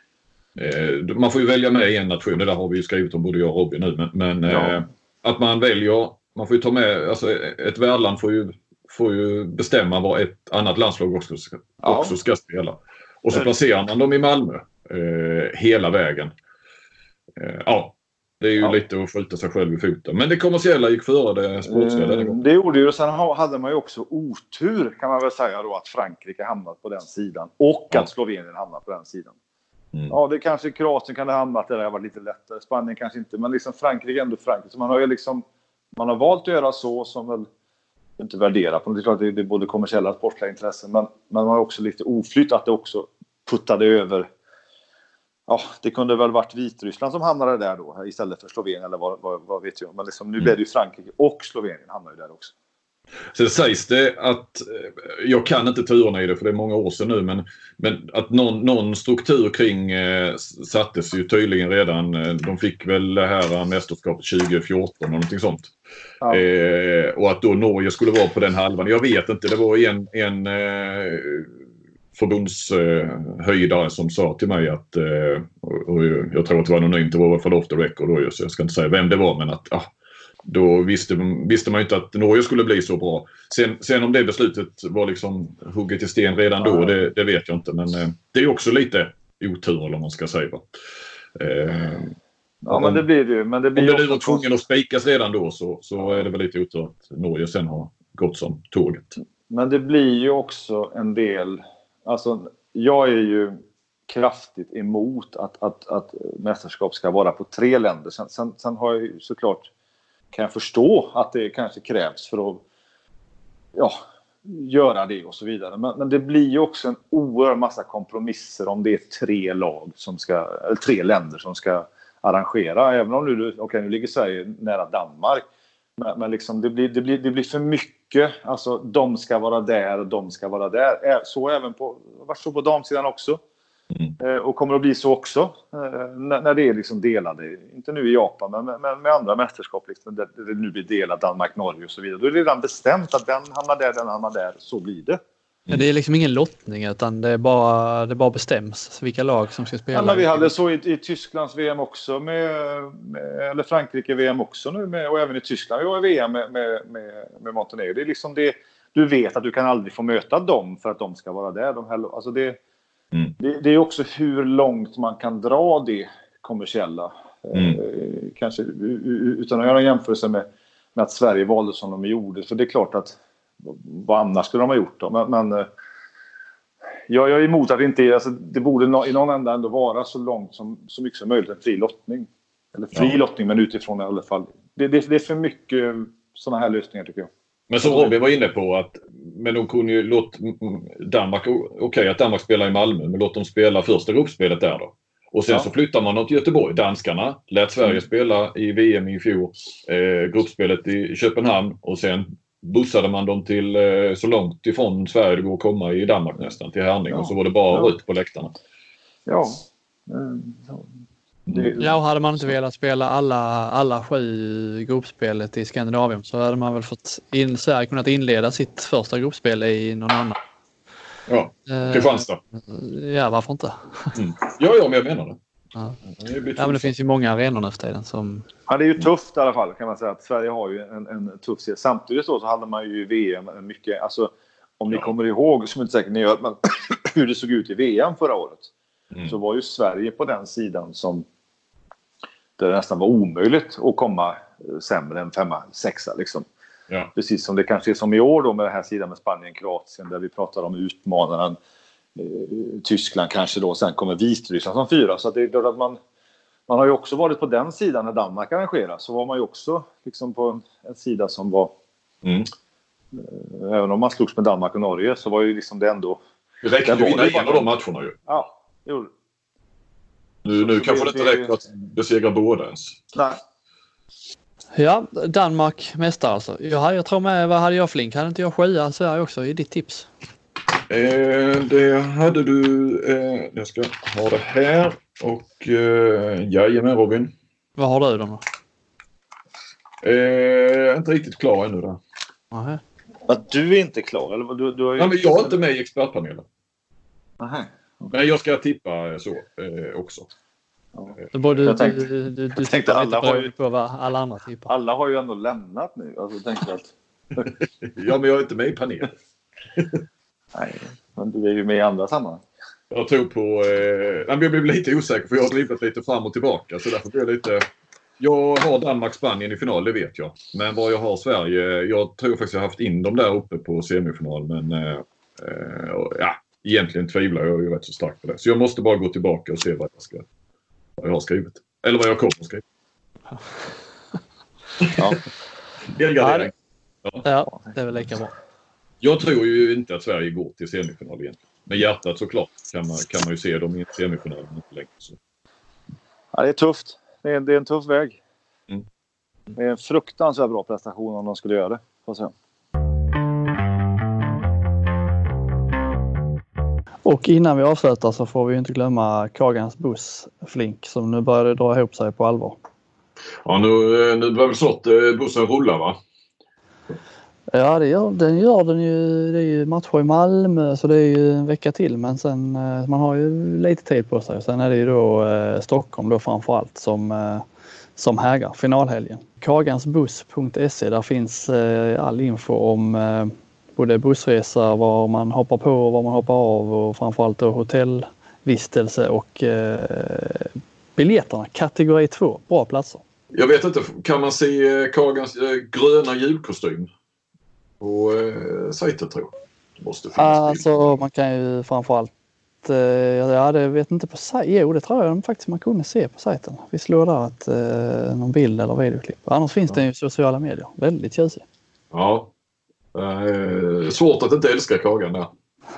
eh, man får ju välja med en nation. Det där har vi ju skrivit om både jag och Robin nu. Men, men ja. eh, att man väljer, man får ju ta med, alltså ett värdland får ju, får ju bestämma vad ett annat landslag också ska, ja. också ska spela. Och så placerar man dem i Malmö. Uh, hela vägen. Uh, ja, det är ju ja. lite att skjuta sig själv i foten. Men det kommersiella gick före det sportsliga. Mm, det gjorde ju. Sen hade man ju också otur kan man väl säga då att Frankrike hamnat på den sidan. Och ja. att Slovenien hamnat på den sidan. Mm. Ja, det kanske Kroatien kan ha hamnat där det har varit lite lättare. Spanien kanske inte. Men liksom Frankrike ändå Frankrike. Så man har ju liksom man har valt att göra så som väl inte värderar på. Det är klart det är både kommersiella och sportsliga intressen. Men, men man har också lite oflytt att det också puttade över. Ja, det kunde väl varit Vitryssland som hamnade där då istället för Slovenien eller vad, vad, vad vet jag. Men liksom, nu mm. blev det ju Frankrike och Slovenien hamnade ju där också. Sen sägs det att, jag kan inte turerna i det för det är många år sedan nu, men, men att någon, någon struktur kring eh, sattes ju tydligen redan, de fick väl det här mästerskapet tjugo fjorton och någonting sånt. Ja. Eh, och att då Norge skulle vara på den halvan. Jag vet inte, det var en, en eh, förbundshöjdare som sa till mig att, eh, och jag tror att det var anonymt, det var för off the record då, så jag ska inte säga vem det var, men att ah, då visste, visste man inte att Norge skulle bli så bra. Sen, sen om det beslutet var liksom hugget i sten redan då, det, det vet jag inte, men eh, det är också lite otur, eller man ska säga. Eh, ja, men det blir det ju. Men det blir om det nu var tvungen att spikas redan då, så, så är det väl lite otur att Norge sen har gått som tåget. Men det blir ju också en del, alltså jag är ju kraftigt emot att, att, att mästerskap ska vara på tre länder. Sen, sen, sen har jag ju såklart, kan jag förstå att det kanske krävs för att ja, göra det och så vidare. Men, men det blir ju också en oerhörd massa kompromisser om det är tre lag som ska, eller tre länder som ska arrangera. Även om nu, okay, nu ligger Sverige nära Danmark. Men, men liksom det, blir, det, blir, det blir för mycket. Alltså de ska vara där och de ska vara där. Så även på, vart så på damsidan också. Mm. Och kommer att bli så också när, när det är liksom delade. Inte nu i Japan, men med, med andra mästerskap liksom, där det nu blir delat, Danmark, Norge och så vidare. Då är det redan bestämt att den hamnar där, den hamnar där. Så blir det. Ja, det är liksom ingen lottning, utan det är bara, det bara bestäms vilka lag som ska spela. Ja, men vi hade så i, i Tysklands V M också, med, med, eller Frankrike V M också nu, med, och även i Tyskland. Vi var i V M med, med, med, med Montenegro. Det är liksom det, du vet att du kan aldrig få möta dem för att de ska vara där. De här, alltså det, mm. det, det är också hur långt man kan dra det kommersiella. Mm. Eh, kanske utan att göra en jämförelse med, med att Sverige valde som de gjorde. För det är klart att vad annars skulle de ha gjort då? Men, men jag, jag är emot att det inte är, alltså, det borde no, i någon ända ändå vara så långt som så mycket som möjligt en fri lottning. Eller fri ja. lottning, men utifrån i alla fall. Det, det, det är för mycket sådana här lösningar tycker jag. Men som Robin var inne på, att men de kunde ju låta Danmark, okej okay, att Danmark spelar i Malmö, men låt dem spela första gruppspelet där då. Och sen ja. så flyttar man något till Göteborg. Danskarna lät Sverige mm. spela i V M i fjol, eh, gruppspelet i Köpenhamn, och sen bussade man dem till eh, så långt ifrån Sverige det går att komma i Danmark nästan, till Härning, ja. och så var det bara ja. ut på läktarna. Ja. Det... Ja, hade man inte velat spela alla, alla sju gruppspelet i Skandinavien, så hade man väl fått in, Sverige kunnat inleda sitt första gruppspel i någon annan. Ja, Kristianstad. Eh, ja, varför inte? Mm. Ja, ja, men jag menar det. Ja. Ja, men det finns ju många arenor nu för tiden som... Ja, det är ju tufft i alla fall, kan man säga, att Sverige har ju en, en tuff serie. Samtidigt så, så hade man ju i V M mycket, alltså om ni ja. kommer ihåg, som inte säkert ni gör, men hur det såg ut i V M förra året, mm. så var ju Sverige på den sidan som där det nästan var omöjligt att komma sämre än femma, sexa liksom. Ja. Precis som det kanske är som i år då med den här sidan med Spanien, Kroatien, där vi pratar om utmanaren eh, Tyskland kanske då, sen kommer Vitryssland som fyra. Så att det är klart att man, man har ju också varit på den sidan när Danmark arrangerar, så var man ju också liksom på en, en sida som var mm. eh, även om man slogs med Danmark och Norge, så var ju liksom det ändå... Det räckte ju vinna en av de matcherna ju. Ja, det gjorde Nu, nu kanske det inte räcker att besegra båda ens. Nej. Ja, Danmark mästare alltså. Jag, jag tror med, vad hade jag Flink? Hade inte jag sjua Sverige också i ditt tips? Eh, det hade du. Eh, jag ska ha det här. Och eh, jajamän Robin. Vad har du då? Eh, jag är inte riktigt klar ännu där. Aha. Att du är inte klar? Eller du, du har ju... Nej, men jag är inte med i expertpanelen. Aha. Men jag ska tippa så eh, också. Ja. Du, jag tänkte, du, du, du tänkte alla har ju på vad alla andra tippar. Alla har ju ändå lämnat nu. Alltså, tänkte att... ja, men jag är inte med i panelen. Nej, men du är ju med i andra sammanhang. Jag tror på... Eh, jag blev lite osäker för jag har drivit lite fram och tillbaka. Så därför blir jag lite... Jag har Danmark-Spanien i final, det vet jag. Men vad jag har Sverige... Jag tror faktiskt jag har haft in dem där uppe på semifinal. Men eh, eh, ja, egentligen tvivlar jag ju rätt så starkt på det. Så jag måste bara gå tillbaka och se vad jag ska... Vad jag har skrivit. Eller vad jag kommer att skriva. Ja. Delgardering. Ja. Ja, det är väl lika bra. Jag tror ju inte att Sverige går till semifinal egentligen. Med hjärtat såklart kan man, kan man ju se dem i semifinalen inte längre. Så. Ja, det är tufft. Det är en, det är en tuff väg. Mm. Det är en fruktansvärt bra prestation om de skulle göra det. Får se. Och innan vi avslutar så får vi inte glömma Kagans buss Flink som nu börjar dra ihop sig på allvar. Ja, nu, nu börjar väl snart bussen rulla va? Ja, det gör, den gör den ju. Det är ju matcher i Malmö så det är ju en vecka till. Men sen man har ju lite tid på sig. Sen är det ju då eh, Stockholm då framförallt som, eh, som hägar finalhelgen. Kagansbuss punkt se, där finns eh, all info om eh, både bussresa, var man hoppar på och var man hoppar av och framförallt då hotellvistelse och eh, biljetterna. Kategori två, bra platser. Jag vet inte, kan man se Kagans eh, gröna julkostym på eh, sajten tror jag? Det måste finnas. Alltså man kan ju framförallt, eh, ja det vet inte på sajten, jo det tror jag faktiskt man kunde se på sajten. Vi slår där att eh, någon bild eller videoklipp. Annars finns ja. det ju sociala medier, väldigt tjusig. Ja, eh, svårt att inte älska Kagan där.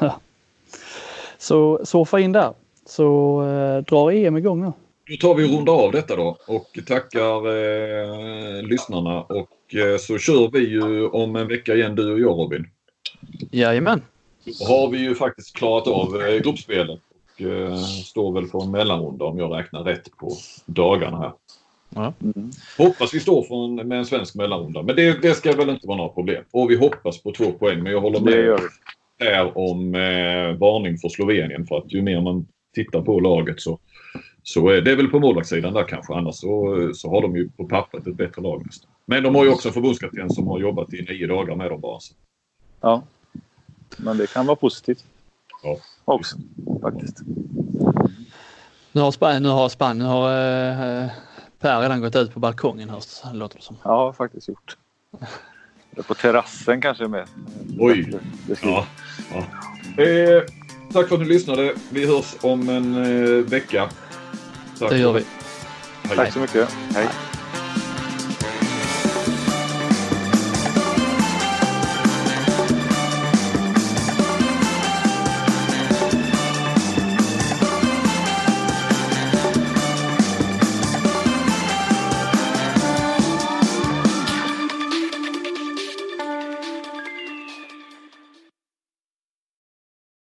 Så surfa in där, så eh, drar E M igång nu. Då tar vi och rundar av detta då och tackar eh, lyssnarna och eh, så kör vi ju om en vecka igen du och jag Robin. Jajamän. Då har vi ju faktiskt klarat av eh, gruppspelet och eh, står väl på en mellanrunda om jag räknar rätt på dagarna här. Ja. Mm. Hoppas vi står från, med en svensk mellanrunda men det, det ska väl inte vara några problem. Och vi hoppas på två poäng men jag håller med här om eh, varning för Slovenien för att ju mer man tittar på laget så Så är det väl på målvaktssidan där kanske. Annars så, så har de ju på pappret ett bättre lag nästan. Men de har ju också en förbundskapten som har jobbat i nio dagar med dem bara. Så. Ja, men det kan vara positivt. Ja. Också, faktiskt. Nu har Spanien, nu har, Spanien, nu har eh, Per redan gått ut på balkongen höst, låter det som. Ja, faktiskt gjort. På terrassen kanske med. Oj, ja. ja. Eh, tack för att ni lyssnade. Vi hörs om en eh, vecka. Tack. Det gör vi. Hej. Tack så mycket. Hej.